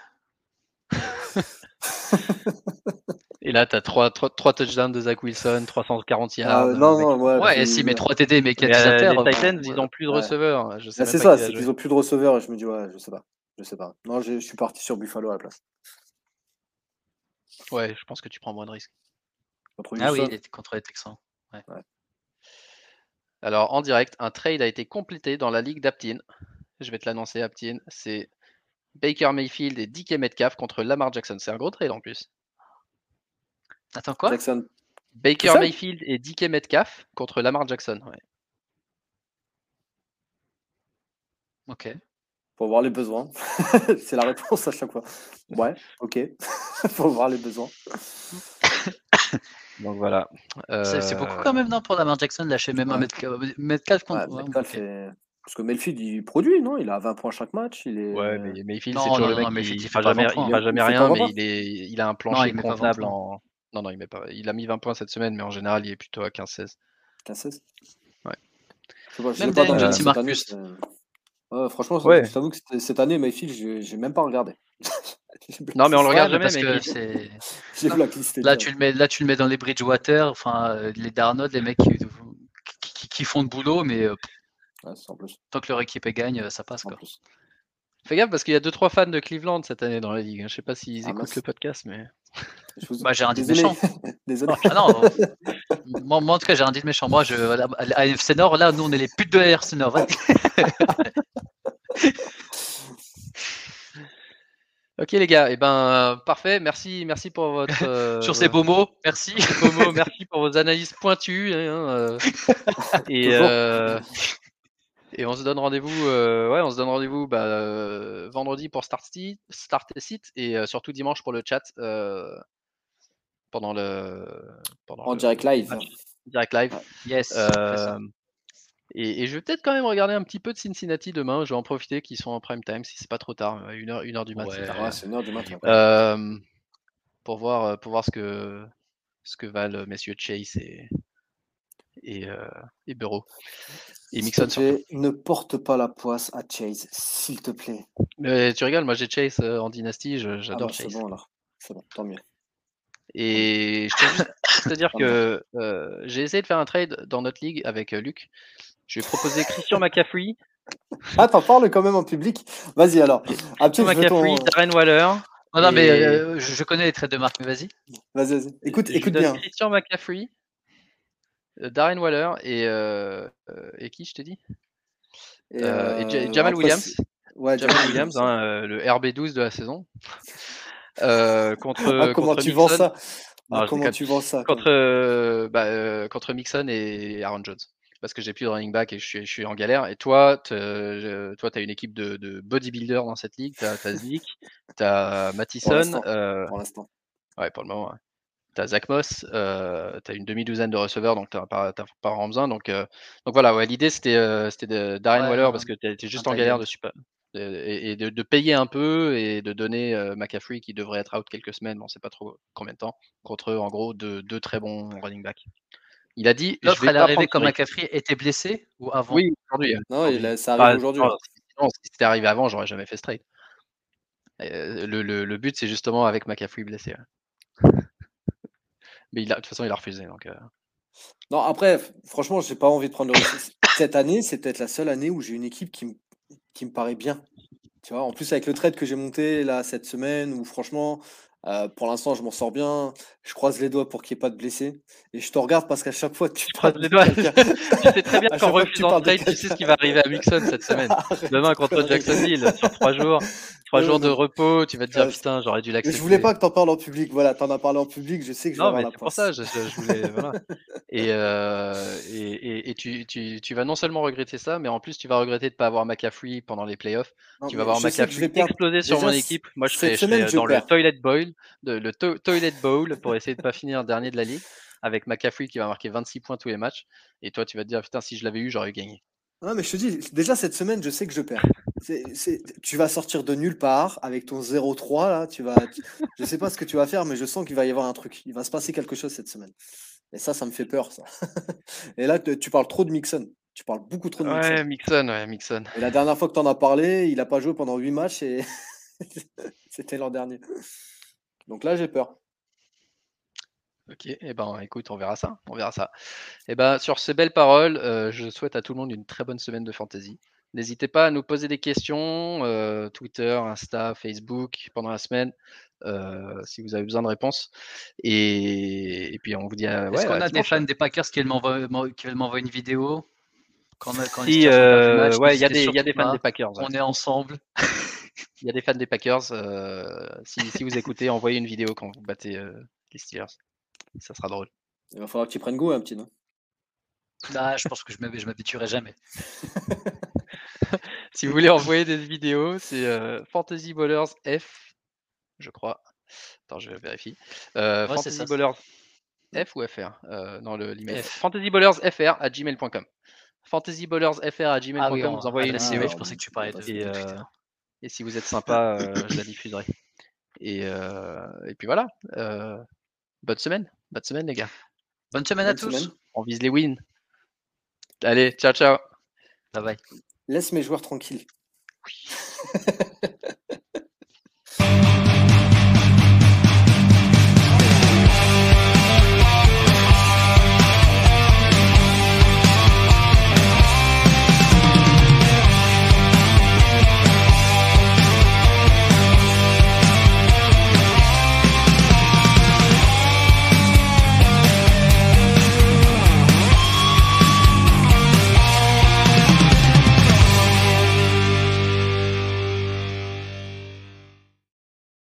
Et là, tu as 3 touchdowns de Zach Wilson, 340 yards. Ouais, si, mais 3 TD, mais 4 inter. Les Titans, ils ont plus de receveurs. C'est ça, c'est qu'ils ont plus de receveurs et je me dis, je sais pas. Non, je suis parti sur Buffalo à la place. Ouais, je pense que tu prends moins de risques. Oui, il était contre les Texans. Ouais. Alors, en direct, un trade a été complété dans la ligue d'Aptin. Je vais te l'annoncer, Aptin. C'est Baker Mayfield et DK Metcalf contre Lamar Jackson. C'est un gros trade en plus. Attends, quoi? Baker Mayfield et DK Metcalf contre Lamar Jackson. Ouais. Ok. Faut voir les besoins. C'est la réponse à chaque fois. Ouais, ok. Faut voir les besoins. Donc voilà. C'est beaucoup quand même, non, pour Lamar Jackson, lâcher même un Metcalf contre. Metcalf Parce que Mayfield, il produit, non? Il a 20 points chaque match. Ouais, mais Mayfield, c'est toujours le mec qui fera jamais rien, mais il a un plancher convenable en. Non, il met pas. Il a mis 20 points cette semaine, mais en général, il est plutôt à 15-16. 15-16? Ouais. Même des Gentil Marcus. Franchement, je t'avoue que cette année, Mayfield, j'ai même pas regardé. Non, mais on le regarde jamais, parce que c'est. Là, tu le mets dans les Bridgewater, les Darnold, les mecs qui font le boulot, mais tant que leur équipe gagne, ça passe, quoi. Fais gaffe parce qu'il y a 2-3 fans de Cleveland cette année dans la ligue. Je sais pas s'ils écoutent le podcast, mais. J'ai un dit méchant. Désolé. Non. Moi, en tout cas, j'ai un dit méchant. Moi, à FC Nord, là, nous, on est les putes de la FC Nord. Ok les gars, parfait, merci pour votre sur ces beaux mots, merci. Merci pour vos analyses pointues. Et on se donne rendez-vous, vendredi pour Start Site et surtout dimanche pour le chat pendant en direct live. Direct live. Yes. Et je vais peut-être quand même regarder un petit peu de Cincinnati demain. Je vais en profiter qu'ils sont en prime time si c'est pas trop tard, 1h du matin. Ouais, c'est 1h du matin. Pour voir ce que valent messieurs Chase et Burrow. Et Mixon surtout. Ne porte pas la poisse à Chase, s'il te plaît. Mais tu rigoles, moi j'ai Chase en Dynasty, j'adore Chase. C'est bon alors, c'est bon, tant mieux. Et je tiens juste à te dire que j'ai essayé de faire un trade dans notre ligue avec Luc. Je lui ai proposé Christian McCaffrey. Ah, t'en parles quand même en public. Vas-y alors. Christian McCaffrey, Darren Waller. Non, mais je connais les trades de Marc, mais vas-y. Vas-y. Écoute bien. Christian McCaffrey, Darren Waller et qui je t'ai dit et Jamal Williams. Ouais, Jamal Williams, le RB12 de la saison. Comment tu vends ça contre Mixon et Aaron Jones. Parce que j'ai plus de running back et je suis en galère. Et toi, tu as une équipe de bodybuilders dans cette ligue. Tu as Zeke, tu as Mattison. Pour l'instant. Ouais, pour le moment. Ouais. Tu as Zach Moss, tu as une demi-douzaine de receveurs, donc tu n'as pas vraiment besoin. Donc voilà, ouais, l'idée c'était de Darren Waller parce que tu étais juste en galère de payer un peu et de donner McCaffrey qui devrait être out quelques semaines, on ne sait pas trop combien de temps, contre en gros deux très bons running backs. Il a dit. L'offre, elle est arrivée quand McCaffrey était blessé ou avant? Oui, aujourd'hui. Non, ça arrive aujourd'hui. Si c'était arrivé avant, j'aurais jamais fait ce trade. Le but, c'est justement avec McCaffrey blessé. Mais de toute façon, il a refusé. Donc, Non, après, franchement, j'ai pas envie de prendre le risque. Cette année, c'est peut-être la seule année où j'ai une équipe qui me paraît bien. Tu vois, en plus, avec le trade que j'ai monté là cette semaine, où franchement, pour l'instant, je m'en sors bien. Je croise les doigts pour qu'il n'y ait pas de blessés. Et je te regarde parce qu'à chaque fois que tu croises les doigts. Tu sais très bien qu'en refusant le trade, tu sais ce qui va arriver à Mixon cette semaine. Demain contre Jacksonville, sur 3 jours. 3 jours de repos, tu vas te dire putain, j'aurais dû l'accepter. Je voulais pas que t'en parles en public. Voilà, t'en as parlé en public. Je sais que je vais avoir la poisse. Non, mais c'est pour ça. Je voulais. Voilà. Et tu vas non seulement regretter ça, mais en plus tu vas regretter de ne pas avoir McCaffrey pendant les playoffs. Tu vas avoir McCaffrey exploser sur mon équipe. Moi, je serai dans le toilet bowl pour essayer de ne pas finir dernier de la ligue avec McCaffrey qui va marquer 26 points tous les matchs. Et toi, tu vas te dire putain, si je l'avais eu, j'aurais gagné. Non, mais je te dis, déjà cette semaine, je sais que je perds. Tu vas sortir de nulle part avec ton 0-3 là. Je sais pas ce que tu vas faire, mais je sens qu'il va y avoir un truc. Il va se passer quelque chose cette semaine. Et ça me fait peur, ça. Et là, tu parles trop de Mixon. Tu parles beaucoup trop de Mixon. Ouais, Mixon. Et la dernière fois que tu en as parlé, il n'a pas joué pendant 8 matchs et c'était l'an dernier. Donc là, j'ai peur. Ok, écoute, on verra ça. Sur ces belles paroles, je souhaite à tout le monde une très bonne semaine de fantasy. N'hésitez pas à nous poser des questions, Twitter, Insta, Facebook pendant la semaine, si vous avez besoin de réponses. Et puis on vous dit. Est-ce qu'on a des fans des Packers qui veulent m'envoyer une vidéo il y a des fans des Packers. On est ensemble. Il y a des fans des Packers. Si vous écoutez, envoyez une vidéo quand vous battez les Steelers. Ça sera drôle. Il va falloir que tu prennes goût un petit, non? Bah, je pense que je m'habituerai jamais. Si vous voulez envoyer des vidéos, c'est Fantasy Ballers F, je crois. Attends, je vérifie. Fantasy Ballers F ou FR dans l'email. fantasyballersfr@gmail.com. fantasyballersfr@gmail.com. Vous envoyez une vidéo. Je pensais que tu parlais de et si vous êtes sympa, je la diffuserai. Et puis voilà. Bonne semaine, les gars. Bonne semaine à tous. On vise les wins. Allez, ciao. Bye bye. Laisse mes joueurs tranquilles. Oui.